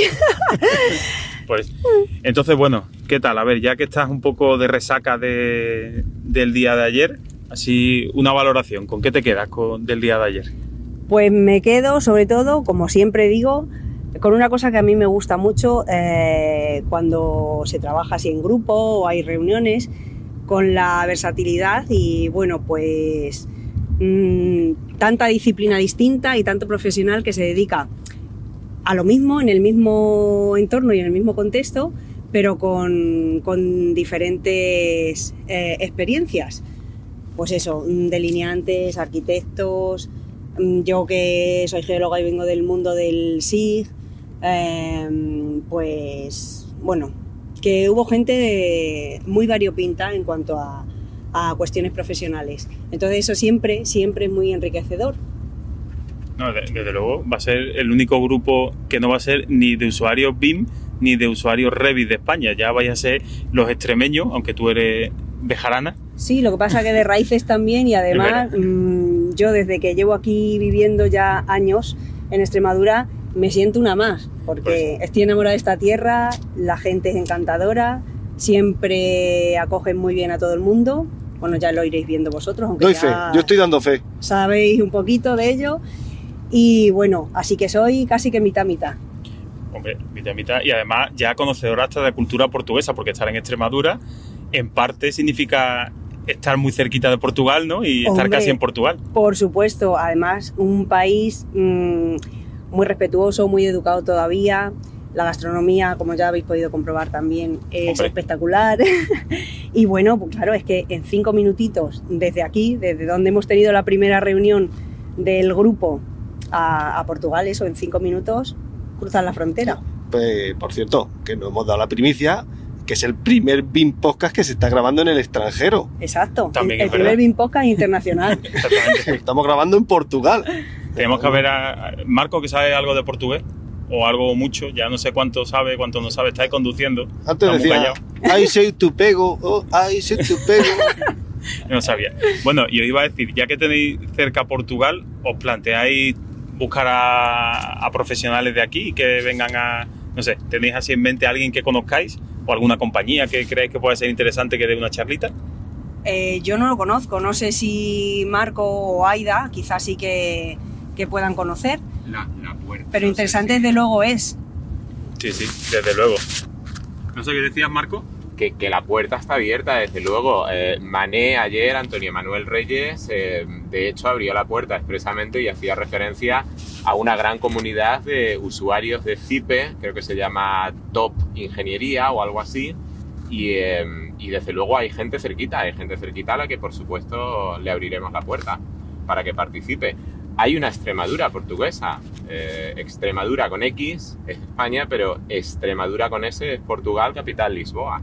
Pues, entonces, bueno, ¿qué tal? A ver, ya que estás un poco de resaca de, del día de ayer, así una valoración, ¿con qué te quedas con, del día de ayer? Pues me quedo, sobre todo, como siempre digo, con una cosa que a mí me gusta mucho eh, cuando se trabaja así en grupo o hay reuniones, con la versatilidad y, bueno, pues mmm, tanta disciplina distinta y tanto profesional que se dedica a lo mismo, en el mismo entorno y en el mismo contexto, pero con, con diferentes eh, experiencias. Pues eso, delineantes, arquitectos, Yo que soy geóloga y vengo del mundo del S I G, eh, pues bueno, que hubo gente de, muy variopinta en cuanto a, a cuestiones profesionales. Entonces eso siempre, siempre es muy enriquecedor. No, desde luego va a ser el único grupo que no va a ser ni de usuarios B I M ni de usuarios Revit de España. Ya vais a ser los extremeños, aunque tú eres bejarana. Sí, lo que pasa que de raíces también, y además mmm, yo desde que llevo aquí viviendo ya años en Extremadura me siento una más, porque pues estoy enamorada de esta tierra, la gente es encantadora, siempre acogen muy bien a todo el mundo. Bueno, ya lo iréis viendo vosotros, aunque doy ya fe, yo estoy dando fe. Sabéis un poquito de ello. Y bueno, así que soy casi que mitad mitad. Hombre, mitad mitad, y además ya conocedora hasta de la cultura portuguesa, porque estar en Extremadura en parte significa estar muy cerquita de Portugal, ¿no? Y estar Hombre, casi en Portugal. Por supuesto, además un país mmm, muy respetuoso, muy educado todavía. La gastronomía, como ya habéis podido comprobar también, es Hombre. espectacular. Y bueno, pues claro, es que en cinco minutitos desde aquí, desde donde hemos tenido la primera reunión del grupo a, a Portugal, eso en cinco minutos cruzar la frontera. Pues, por cierto, que nos hemos dado la primicia, que es el primer B I M Podcast que se está grabando en el extranjero. Exacto, También el, es el primer B I M Podcast internacional. Exactamente. Estamos grabando en Portugal. Tenemos que ver a Marco, que sabe algo de portugués, o algo mucho, ya no sé cuánto sabe, cuánto no sabe, está ahí conduciendo. Antes está decía, ay, soy tu pego, oh, ay, soy tu pego. No sabía. Bueno, y os iba a decir, ya que tenéis cerca Portugal, ¿os planteáis buscar a, a profesionales de aquí que vengan a, no sé, tenéis así en mente a alguien que conozcáis o alguna compañía que creáis que pueda ser interesante que dé una charlita? Eh, yo no lo conozco, no sé si Marco o Aida quizás sí que, que puedan conocer, la, la puerta, pero no interesante sé si... desde luego es. Sí, sí, desde luego. No sé qué decías, Marco. Que, que la puerta está abierta, desde luego. Eh, Mané ayer, Antonio Manuel Reyes, eh, de hecho abrió la puerta expresamente y hacía referencia a una gran comunidad de usuarios de C I P E, creo que se llama Top Ingeniería o algo así, y, eh, y desde luego hay gente cerquita, hay gente cerquita a la que por supuesto le abriremos la puerta para que participe. Hay una Extremadura portuguesa, eh, Extremadura con X es España, pero Extremadura con S es Portugal, capital Lisboa.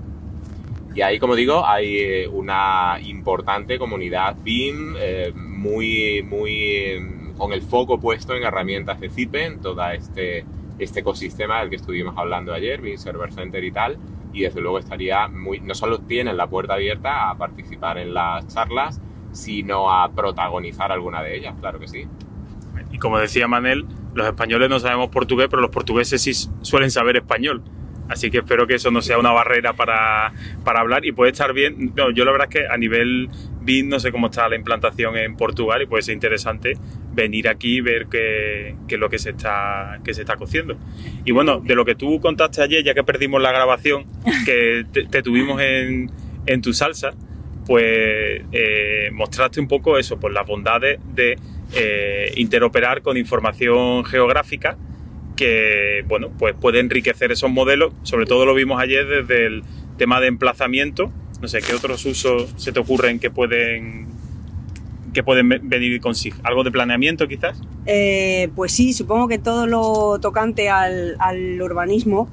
Y ahí, como digo, hay una importante comunidad B I M, eh, muy, muy con el foco puesto en herramientas de C I P E, en todo este, este ecosistema del que estuvimos hablando ayer, B I M Server Center y tal, y desde luego estaría muy, no solo tienen la puerta abierta a participar en las charlas, sino a protagonizar alguna de ellas, claro que sí. Y como decía Manel, los españoles no sabemos portugués, pero los portugueses sí suelen saber español. Así que espero que eso no sea una barrera para, para hablar y puede estar bien. No, yo la verdad es que a nivel B I M no sé cómo está la implantación en Portugal y puede ser interesante venir aquí y ver qué, qué es lo que se está que se está cociendo. Y bueno, de lo que tú contaste ayer, ya que perdimos la grabación, que te, te tuvimos en, en tu salsa, pues eh, mostraste un poco eso, pues las bondades de eh, interoperar con información geográfica que, bueno, pues puede enriquecer esos modelos. Sobre todo lo vimos ayer desde el tema de emplazamiento. No sé, ¿qué otros usos se te ocurren que pueden, que pueden venir consigo? ¿Algo de planeamiento quizás? Eh, pues sí, supongo que todo lo tocante al, al urbanismo,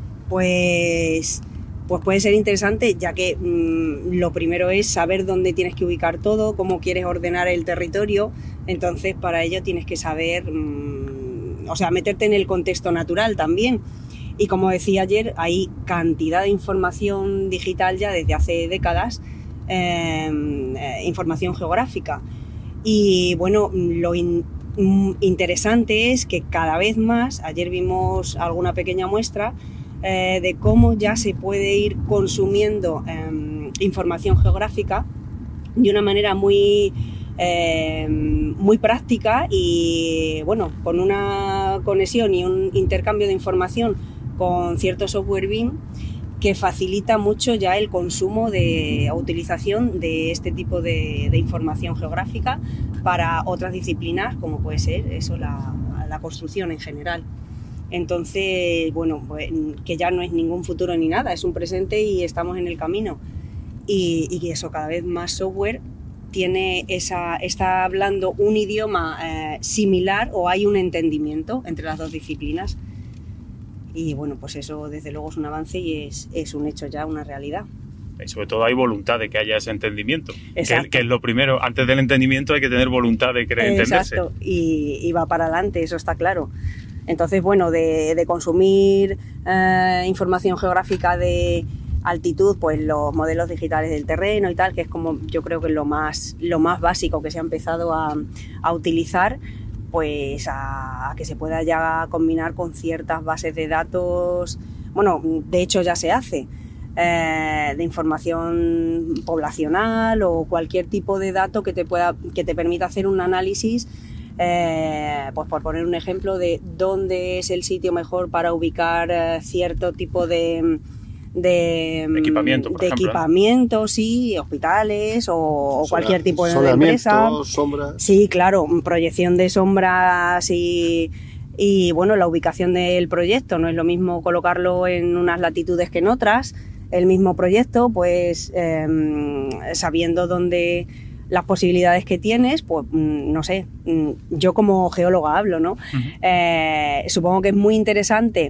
pues... pues puede ser interesante, ya que mmm, lo primero es saber dónde tienes que ubicar todo, cómo quieres ordenar el territorio. Entonces, para ello tienes que saber, mmm, o sea, meterte en el contexto natural también. Y como decía ayer, hay cantidad de información digital ya desde hace décadas, eh, eh, información geográfica. Y bueno, lo in, interesante es que cada vez más, ayer vimos alguna pequeña muestra, Eh, de cómo ya se puede ir consumiendo eh, información geográfica de una manera muy, eh, muy práctica y bueno, con una conexión y un intercambio de información con cierto software B I M que facilita mucho ya el consumo de, o utilización de este tipo de, de información geográfica para otras disciplinas como puede ser eso, la, la construcción en general. Entonces, bueno, pues, que ya no es ningún futuro ni nada, es un presente y estamos en el camino. Y, y que eso, cada vez más software tiene esa, está hablando un idioma eh, similar o hay un entendimiento entre las dos disciplinas. Y bueno, pues eso desde luego es un avance y es, es un hecho ya, una realidad. Y sobre todo hay voluntad de que haya ese entendimiento, que, que es lo primero. Antes del entendimiento hay que tener voluntad de querer entenderse. Exacto, y, y va para adelante, eso está claro. Entonces, bueno, de, de consumir eh, información geográfica de altitud, pues los modelos digitales del terreno y tal, que es como yo creo que es lo más, lo más básico que se ha empezado a, a utilizar, pues a, a que se pueda ya combinar con ciertas bases de datos. Bueno, de hecho ya se hace. Eh, de información poblacional o cualquier tipo de dato que te pueda que te permita hacer un análisis, eh, pues por poner un ejemplo de dónde es el sitio mejor para ubicar eh, cierto tipo de de equipamiento, por de ejemplo, equipamiento, ¿no? Sí, hospitales o, o cualquier tipo de empresa. Sombras. Sí, claro, proyección de sombras y y bueno, la ubicación del proyecto. No es lo mismo colocarlo en unas latitudes que en otras. El mismo proyecto, pues eh, sabiendo dónde las posibilidades que tienes, pues no sé, yo como geóloga hablo, ¿no? Uh-huh. Eh, supongo que es muy interesante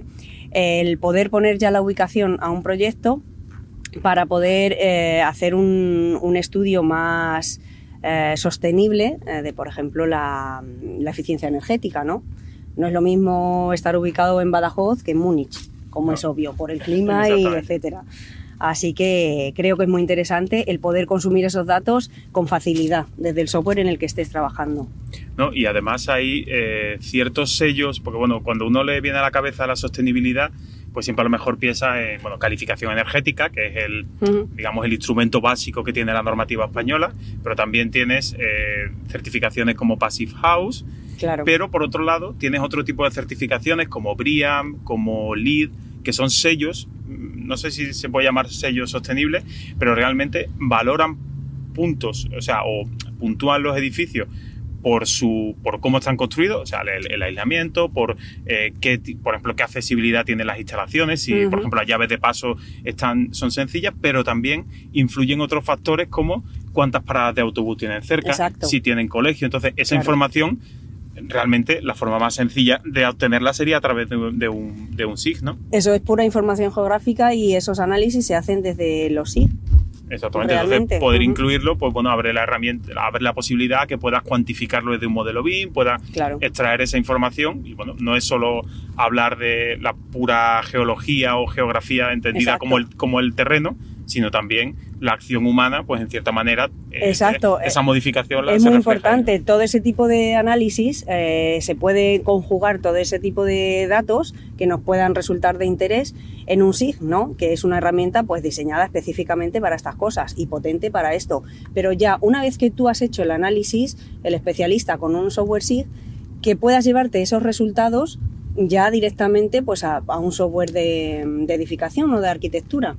el poder poner ya la ubicación a un proyecto para poder eh, hacer un, un estudio más eh, sostenible eh, de, por ejemplo, la, la eficiencia energética, ¿no? No es lo mismo estar ubicado en Badajoz que en Múnich, como no. es obvio, por el clima y etcétera. Así que creo que es muy interesante el poder consumir esos datos con facilidad desde el software en el que estés trabajando. No, y además hay eh, ciertos sellos, porque bueno, cuando uno le viene a la cabeza la sostenibilidad, pues siempre a lo mejor piensa en bueno, calificación energética, que es el, uh-huh. digamos, el instrumento básico que tiene la normativa española, pero también tienes eh, certificaciones como Passive House. Claro. Pero por otro lado tienes otro tipo de certificaciones como BREEAM, como LEED, que son sellos, no sé si se puede llamar sellos sostenibles, pero realmente valoran puntos, o sea, o puntúan los edificios por su por cómo están construidos, o sea, el, el aislamiento, por eh, qué, por ejemplo, qué accesibilidad tienen las instalaciones, si uh-huh. por ejemplo las llaves de paso están son sencillas, pero también influyen otros factores como cuántas paradas de autobús tienen cerca, Exacto. si tienen colegio. Entonces, esa claro. información realmente la forma más sencilla de obtenerla sería a través de, de, un, de un S I G, ¿no? Eso es pura información geográfica y esos análisis se hacen desde los S I G. Exactamente, Realmente. Entonces poder uh-huh. incluirlo, pues bueno, abre la herramienta, abre la posibilidad que puedas cuantificarlo desde un modelo B I M, puedas claro. extraer esa información y bueno, no es solo hablar de la pura geología o geografía entendida como el, como el terreno, sino también la acción humana, pues en cierta manera eh, Exacto. esa modificación la es se muy refleja importante. ahí, ¿no? Todo ese tipo de análisis eh, se puede conjugar todo ese tipo de datos que nos puedan resultar de interés en un S I G, ¿no? Que es una herramienta pues diseñada específicamente para estas cosas y potente para esto. Pero ya una vez que tú has hecho el análisis, el especialista con un software S I G, que puedas llevarte esos resultados ya directamente pues a, a un software de, de edificación o de arquitectura.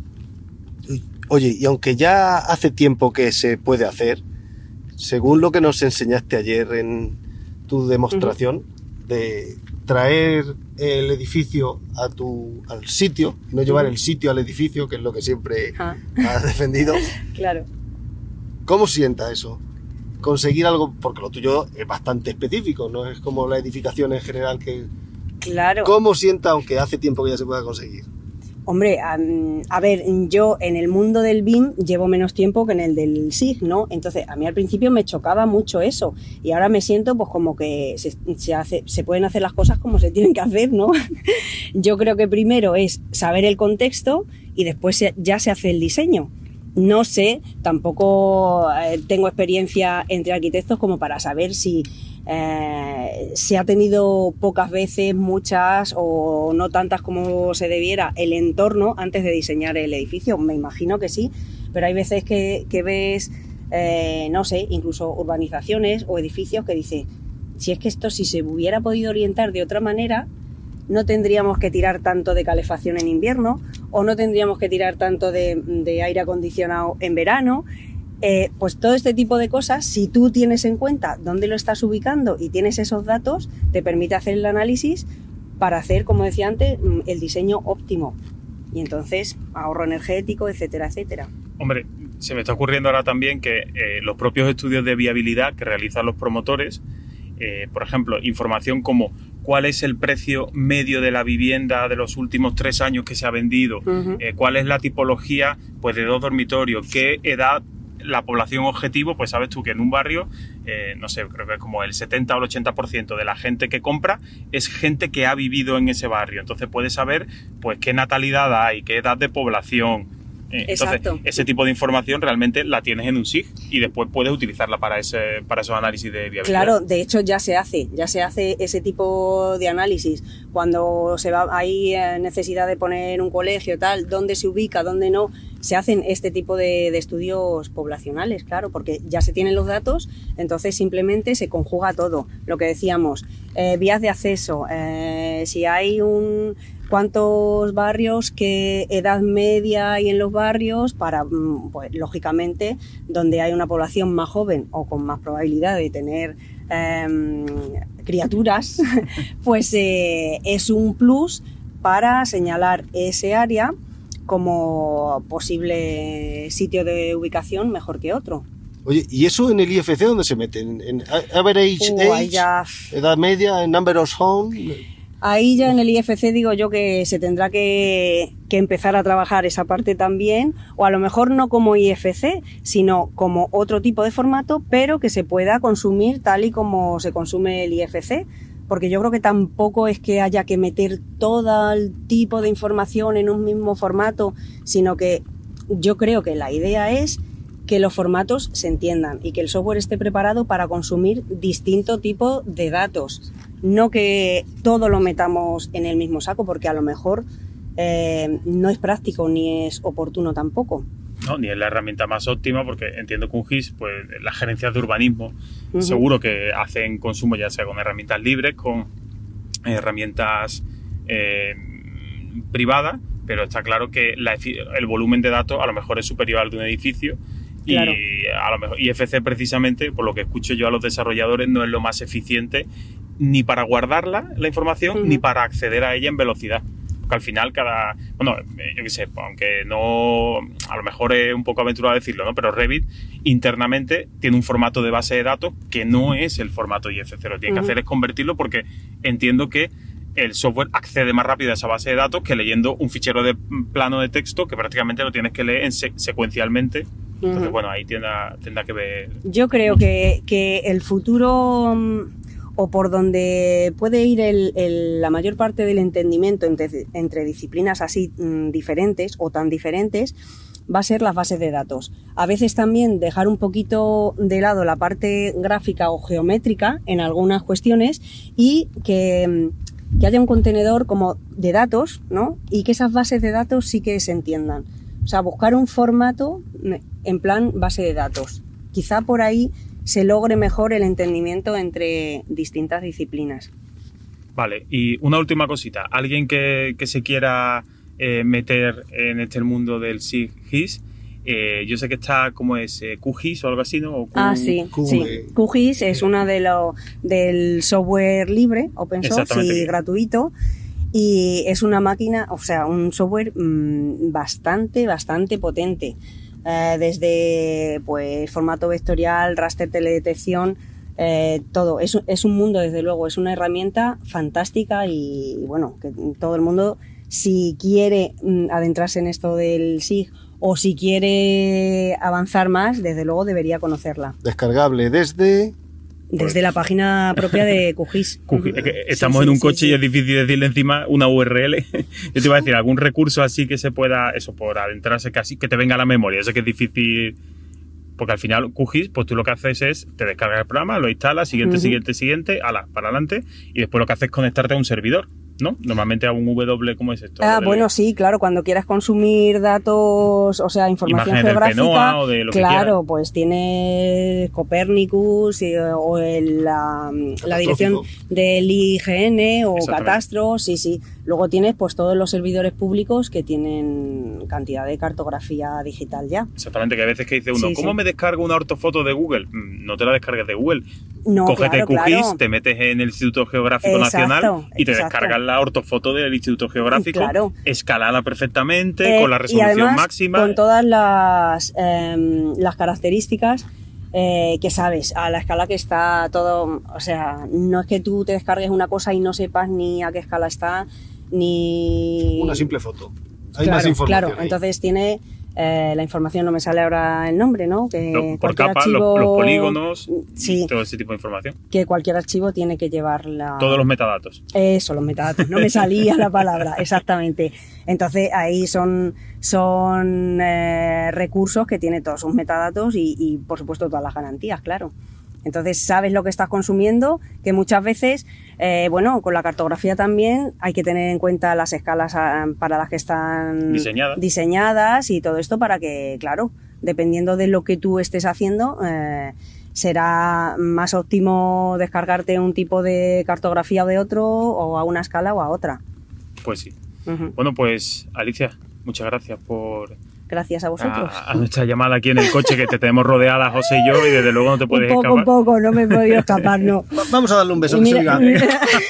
Oye, y aunque ya hace tiempo que se puede hacer, según lo que nos enseñaste ayer en tu demostración, uh-huh. de traer el edificio a tu, al sitio, no llevar uh-huh. el sitio al edificio, que es lo que siempre uh-huh. has defendido. Claro. ¿Cómo sienta eso? Conseguir algo, porque lo tuyo es bastante específico, no es como la edificación en general que... Claro. ¿Cómo sienta, aunque hace tiempo que ya se pueda conseguir? Hombre, a, a ver, yo en el mundo del B I M llevo menos tiempo que en el del S I G, ¿no? Entonces, a mí al principio me chocaba mucho eso y ahora me siento pues como que se, se, hace, se pueden hacer las cosas como se tienen que hacer, ¿no? Yo creo que primero es saber el contexto y después se, ya se hace el diseño. No sé, tampoco eh, tengo experiencia entre arquitectos como para saber si eh, se ha tenido pocas veces, muchas o no tantas como se debiera el entorno antes de diseñar el edificio. Me imagino que sí, pero hay veces que, que ves, eh, no sé, incluso urbanizaciones o edificios que dice, si es que esto si se hubiera podido orientar de otra manera, no tendríamos que tirar tanto de calefacción en invierno o no tendríamos que tirar tanto de, de aire acondicionado en verano. Eh, pues todo este tipo de cosas, si tú tienes en cuenta dónde lo estás ubicando y tienes esos datos, te permite hacer el análisis para hacer, como decía antes, el diseño óptimo. Y entonces ahorro energético, etcétera, etcétera. Hombre, Se me está ocurriendo ahora también que eh, los propios estudios de viabilidad que realizan los promotores, eh, por ejemplo, información como cuál es el precio medio de la vivienda de los últimos tres años que se ha vendido, uh-huh. eh, cuál es la tipología pues de dos dormitorios, qué edad, la población objetivo, pues sabes tú que en un barrio, eh, no sé, creo que es como el setenta o el ochenta por ciento de la gente que compra es gente que ha vivido en ese barrio. Entonces puedes saber pues qué natalidad hay, qué edad de población. Entonces, Exacto. ese tipo de información realmente la tienes en un S I G y después puedes utilizarla para ese para esos análisis de viabilidad. Claro, de hecho ya se hace, ya se hace ese tipo de análisis. Cuando se va, hay necesidad de poner un colegio, tal, dónde se ubica, dónde no, se hacen este tipo de, de estudios poblacionales, claro, porque ya se tienen los datos, entonces simplemente se conjuga todo. Lo que decíamos, eh, vías de acceso, eh, si hay un... cuántos barrios, qué edad media hay en los barrios, para, pues lógicamente, donde hay una población más joven o con más probabilidad de tener eh, criaturas, pues eh, es un plus para señalar ese área como posible sitio de ubicación mejor que otro. Oye, ¿y eso en el I F C dónde se mete? ¿En, en average uh, age, ya... edad media, en number of homes? Ahí ya en el I F C digo yo que se tendrá que, que empezar a trabajar esa parte también, o a lo mejor no como I F C, sino como otro tipo de formato, pero que se pueda consumir tal y como se consume el I F C, porque yo creo que tampoco es que haya que meter todo el tipo de información en un mismo formato, sino que yo creo que la idea es que los formatos se entiendan y que el software esté preparado para consumir distinto tipo de datos. No que todo lo metamos en el mismo saco, porque a lo mejor eh, no es práctico ni es oportuno tampoco. No, ni es la herramienta más óptima, porque entiendo que un G I S, pues las gerencias de urbanismo, uh-huh. seguro que hacen consumo ya sea con herramientas libres, con herramientas eh, privadas, pero está claro que la, el volumen de datos a lo mejor es superior al de un edificio. Claro. Y a lo mejor I F C precisamente, por lo que escucho yo a los desarrolladores, no es lo más eficiente ni para guardarla, la información, uh-huh. ni para acceder a ella en velocidad. Porque al final cada... Bueno, yo qué sé, aunque no... A lo mejor es un poco aventurado decirlo, ¿no? Pero Revit internamente tiene un formato de base de datos que no es el formato I F C. Lo que tiene uh-huh. que hacer es convertirlo, porque entiendo que el software accede más rápido a esa base de datos que leyendo un fichero de plano de texto que prácticamente lo tienes que leer en se- secuencialmente. Entonces, uh-huh. bueno, ahí tendrá, tendrá que ver... Yo creo que, que el futuro, o por donde puede ir el, el, la mayor parte del entendimiento entre, entre disciplinas así m, diferentes o tan diferentes, va a ser las bases de datos. A veces también dejar un poquito de lado la parte gráfica o geométrica en algunas cuestiones y que... que haya un contenedor como de datos, ¿no? Y que esas bases de datos sí que se entiendan. O sea, buscar un formato en plan base de datos. Quizá por ahí se logre mejor el entendimiento entre distintas disciplinas. Vale, y una última cosita. Alguien que, que se quiera eh, meter en este mundo del S I G I S, Eh, yo sé que está, ¿cómo es? Eh, Q G I S o algo así, ¿no? O Q... Ah, sí, Q... sí. Q G I S es uno de los del software libre, open source y gratuito, y es una máquina, o sea, un software mmm, bastante, bastante potente. Eh, desde, pues, formato vectorial, raster, teledetección, eh, todo. Es, es un mundo, desde luego, es una herramienta fantástica y, bueno, que todo el mundo, si quiere mmm, adentrarse en esto del S I G o si quiere avanzar más, desde luego debería conocerla. Descargable desde... Desde la página propia de Q G I S. Estamos sí, en un sí, coche sí, y sí. es difícil decirle encima una U R L. Yo te iba a decir, algún recurso así que se pueda, eso, por adentrarse casi, que te venga a la memoria. Eso que es difícil, porque al final Q G I S, pues tú lo que haces es, te descargas el programa, lo instalas, siguiente, uh-huh. siguiente, siguiente, ala, para adelante, y después lo que haces es conectarte a un servidor, ¿no? Normalmente a un W, ¿cómo es esto? Ah, bueno, sí, claro, cuando quieras consumir datos, o sea, información Imágenes geográfica, del PENOA o de lo claro, que pues tienes Copernicus y, o el, la, la dirección del I G N o Catastro, sí, sí. Luego tienes pues todos los servidores públicos que tienen cantidad de cartografía digital ya. Exactamente, que a veces que dice uno, sí, ¿cómo sí. me descargo una ortofoto de Google? No te la descargues de Google. No, Cógete claro, Q G I S, claro. te metes en el Instituto Geográfico Exacto, Nacional y te exacto. descargas la ortofoto del Instituto Geográfico, Claro. escalada perfectamente, Eh, con la y resolución además, máxima. con todas las, em, las características eh, que sabes, a la escala que está todo. O sea, no es que tú te descargues una cosa y no sepas ni a qué escala está, ni. Una simple foto. Hay Claro, más información. claro. ahí. Entonces tiene eh, la información, no me sale ahora el nombre, ¿no? Que Lo- por cualquier capas, archivo- los, los polígonos, Sí, y todo ese tipo de información. que cualquier archivo tiene que llevar la. Todos los metadatos. Eso, los metadatos. No me salía la palabra, exactamente. Entonces ahí son, son eh, recursos que tiene todos sus metadatos y, y, por supuesto, todas las garantías, claro. Entonces sabes lo que estás consumiendo, que muchas veces, eh, bueno, con la cartografía también hay que tener en cuenta las escalas ah, para las que están Diseñadas. diseñadas y todo esto para que, claro, dependiendo de lo que tú estés haciendo, eh, será más óptimo descargarte un tipo de cartografía o de otro, o a una escala o a otra. Pues sí. Ujú. Bueno, pues Alicia, muchas gracias por Gracias a vosotros. a, a nuestra llamada aquí en el coche, que te tenemos rodeada, José y yo, y desde luego no te puedes un poco, escapar. un poco, no me he podido escapar, no. Va- Vamos a darle un beso, Y que se mira- diga.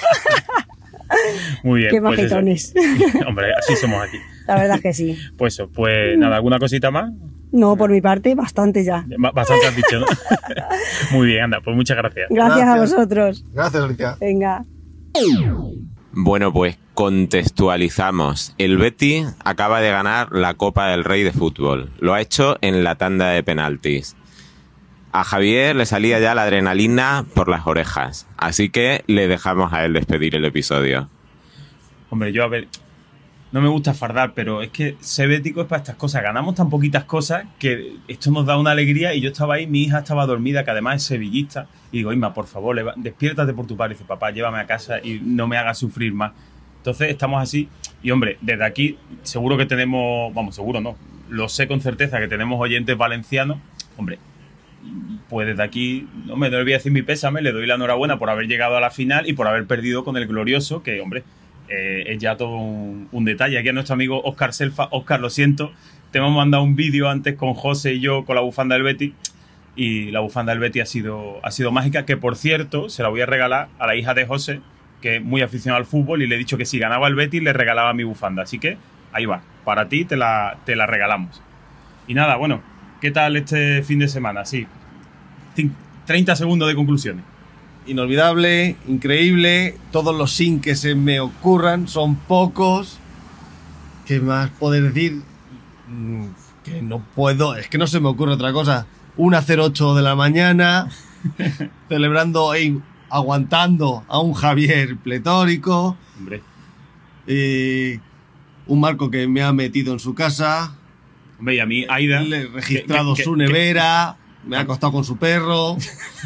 Muy bien. Qué pues eso. majetones. Hombre, así somos aquí. La verdad es que sí. Pues eso, pues nada, ¿alguna cosita más? No, por mi parte, bastante ya. Ba- Bastante has dicho, ¿no? Muy bien, anda, pues muchas gracias. Gracias, a Gracias. vosotros. Gracias, Alicia. Venga. Bueno, pues contextualizamos. El Betis acaba de ganar la Copa del Rey de fútbol. Lo ha hecho en la tanda de penaltis. A Javier le salía ya la adrenalina por las orejas, así que le dejamos a él despedir el episodio. Hombre, yo a ver, no me gusta fardar, pero es que ser bético es para estas cosas. Ganamos tan poquitas cosas que esto nos da una alegría. Y yo estaba ahí, mi hija estaba dormida, que además es sevillista, y digo, Isma, por favor, leva- despiértate por tu padre. Y dice, papá, llévame a casa y no me hagas sufrir más. Entonces estamos así. Y hombre, desde aquí seguro que tenemos, vamos, seguro no, lo sé con certeza que tenemos oyentes valencianos. Hombre, pues desde aquí, no me voy a decir mi pésame, le doy la enhorabuena por haber llegado a la final y por haber perdido con el glorioso, que hombre, eh, es ya todo un, un detalle. Aquí a nuestro amigo Óscar Selfa. Óscar, lo siento, te hemos mandado un vídeo antes con José y yo con la bufanda del Betis, y la bufanda del Betis ha sido, ha sido mágica, que por cierto se la voy a regalar a la hija de José, que es muy aficionada al fútbol, y le he dicho que si ganaba el Betis le regalaba mi bufanda, así que ahí va, para ti te la, te la regalamos. Y nada, bueno, ¿qué tal este fin de semana? Sí, cin- treinta segundos de conclusiones. Inolvidable, increíble. Todos los sin que se me ocurran son pocos. ¿Qué más poder decir? Mm, Que no puedo, es que no se me ocurre otra cosa. Una cero ocho de la mañana, celebrando ahí, aguantando a un Javier pletórico. Hombre, Y un Marco que me ha metido en su casa. hombre, y a mí, Aida... Le he registrado que- que- su que- nevera. Me ha acostado con su perro. O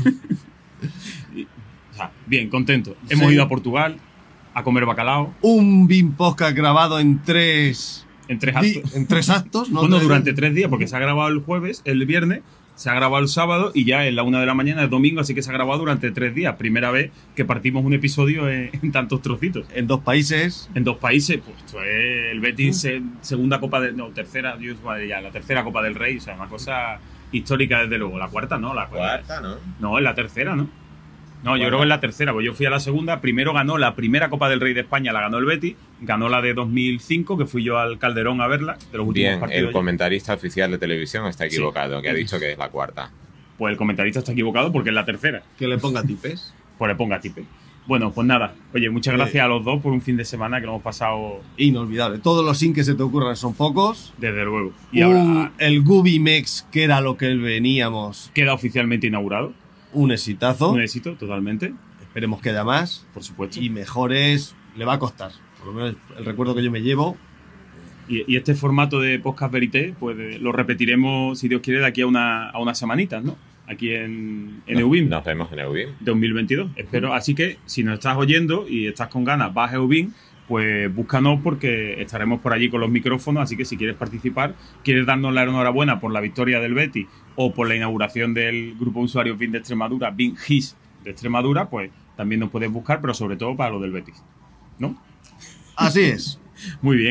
sea, bien, contento. Hemos Sí. ido a Portugal a comer bacalao Un BIM podcast grabado en tres, en tres di- actos. en tres actos. ¿no? Bueno, Tres- durante tres días, porque se ha grabado el jueves, el viernes, se ha grabado el sábado y ya en la una de la mañana es domingo, así que se ha grabado durante tres días. Primera vez que partimos un episodio en, en tantos trocitos. En dos países. En dos países, pues esto es el Betis, eh, segunda Copa del... No, tercera, yo, madre, ya, la tercera Copa del Rey, o sea, una cosa histórica desde luego. La cuarta no, la cuarta. ¿no? No, es la tercera, ¿no? No, yo Cuarta. creo que es la tercera, pues yo fui a la segunda. Primero ganó la primera Copa del Rey de España, la ganó el Betis. Ganó la de dos mil cinco, que fui yo al Calderón a verla, de los últimos Bien, partidos. el comentarista oficial de televisión está Sí. equivocado, que ha dicho que es la cuarta. Pues el comentarista está equivocado porque es la tercera. Que le ponga tipes. Pues le ponga tipe. Bueno, pues nada. Oye, muchas gracias a los dos por un fin de semana que lo hemos pasado Inolvidable. Todos los sin que se te ocurran son pocos. desde luego. Y Un- ahora el Gubimex, que era lo que veníamos, queda oficialmente inaugurado. un exitazo. Un éxito, totalmente. Esperemos que haya más. Por supuesto. Y mejores, le va a costar. Por lo menos el recuerdo que yo me llevo. Y, y este formato de podcast verité, pues eh, lo repetiremos, si Dios quiere, de aquí a, una, a unas semanitas, ¿no? Aquí en, en Nos- Eubim. Nos vemos en Eubim. dos mil veintidós. Espero. Así que si nos estás oyendo y estás con ganas, vas a Eubim, pues búscanos porque estaremos por allí con los micrófonos. Así que si quieres participar, quieres darnos la enhorabuena por la victoria del Betis o por la inauguración del grupo de usuarios BIM de Extremadura, BIM G I S de Extremadura, pues también nos puedes buscar, pero sobre todo para lo del Betis, ¿no? Así es. Muy bien.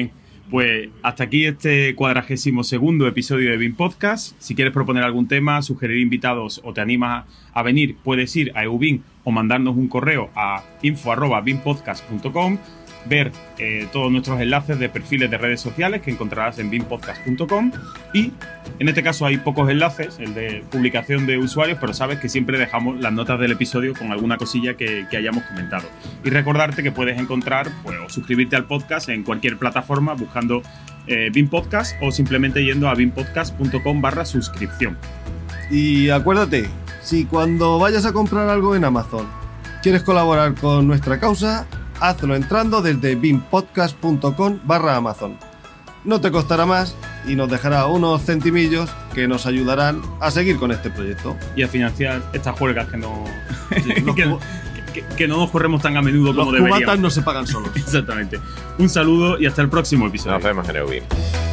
Pues hasta aquí este cuadragésimo segundo episodio de B I M Podcast. Si quieres proponer algún tema, sugerir invitados o te animas a venir, puedes ir a eubim o mandarnos un correo a info arroba bimpodcast punto com, ver eh, todos nuestros enlaces de perfiles de redes sociales que encontrarás en bimpodcast punto com, y en este caso hay pocos enlaces, el de publicación de usuarios, pero sabes que siempre dejamos las notas del episodio con alguna cosilla que, que hayamos comentado. Y recordarte que puedes encontrar pues, o suscribirte al podcast en cualquier plataforma buscando eh, B I M Podcast o simplemente yendo a bimpodcast punto com barra suscripción. Y acuérdate, si cuando vayas a comprar algo en Amazon quieres colaborar con nuestra causa, hazlo entrando desde bimpodcast punto com barra Amazon. No te costará más y nos dejará unos centimillos que nos ayudarán a seguir con este proyecto. Y a financiar estas juergas que no, Sí, los que, cu- que- que no nos corremos tan a menudo los como deberíamos. cubatas no se pagan solos. Exactamente. Un saludo y hasta el próximo episodio. Nos vemos en eubim.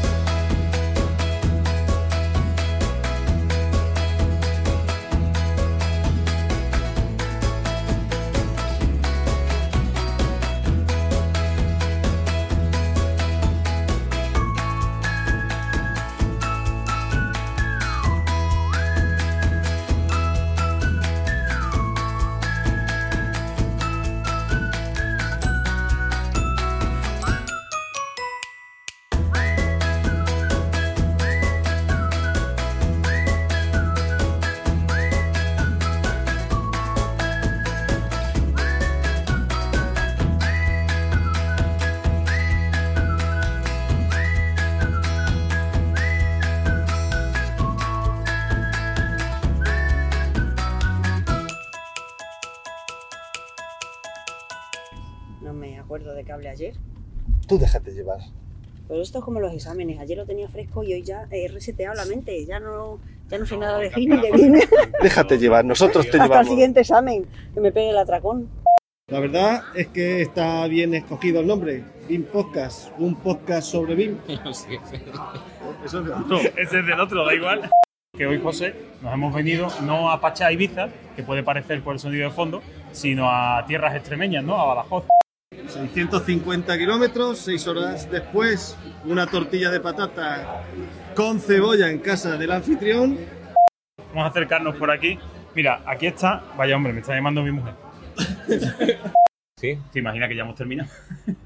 No me acuerdo de qué hablé ayer. Tú déjate llevar. Pero esto es como los exámenes. Ayer lo tenía fresco y hoy ya he reseteado la mente. Ya no, ya no sé nada de cine de bien. Déjate llevar, nosotros te Hasta el llevamos. siguiente examen, que me pegue el atracón. La verdad es que está bien escogido el nombre. B I M Podcast, un podcast sobre B I M. Eso es de otro. Ese es del otro, da igual. Que hoy, José, nos hemos venido no a Pachá, Ibiza, que puede parecer por el sonido de fondo, sino a tierras extremeñas, ¿no? A Badajoz. seiscientos cincuenta kilómetros, seis horas después, una tortilla de patata con cebolla en casa del anfitrión. Vamos a acercarnos por aquí. Mira, aquí está. Vaya hombre, me está llamando mi mujer. ¿Sí? ¿Te imaginas que ya hemos terminado?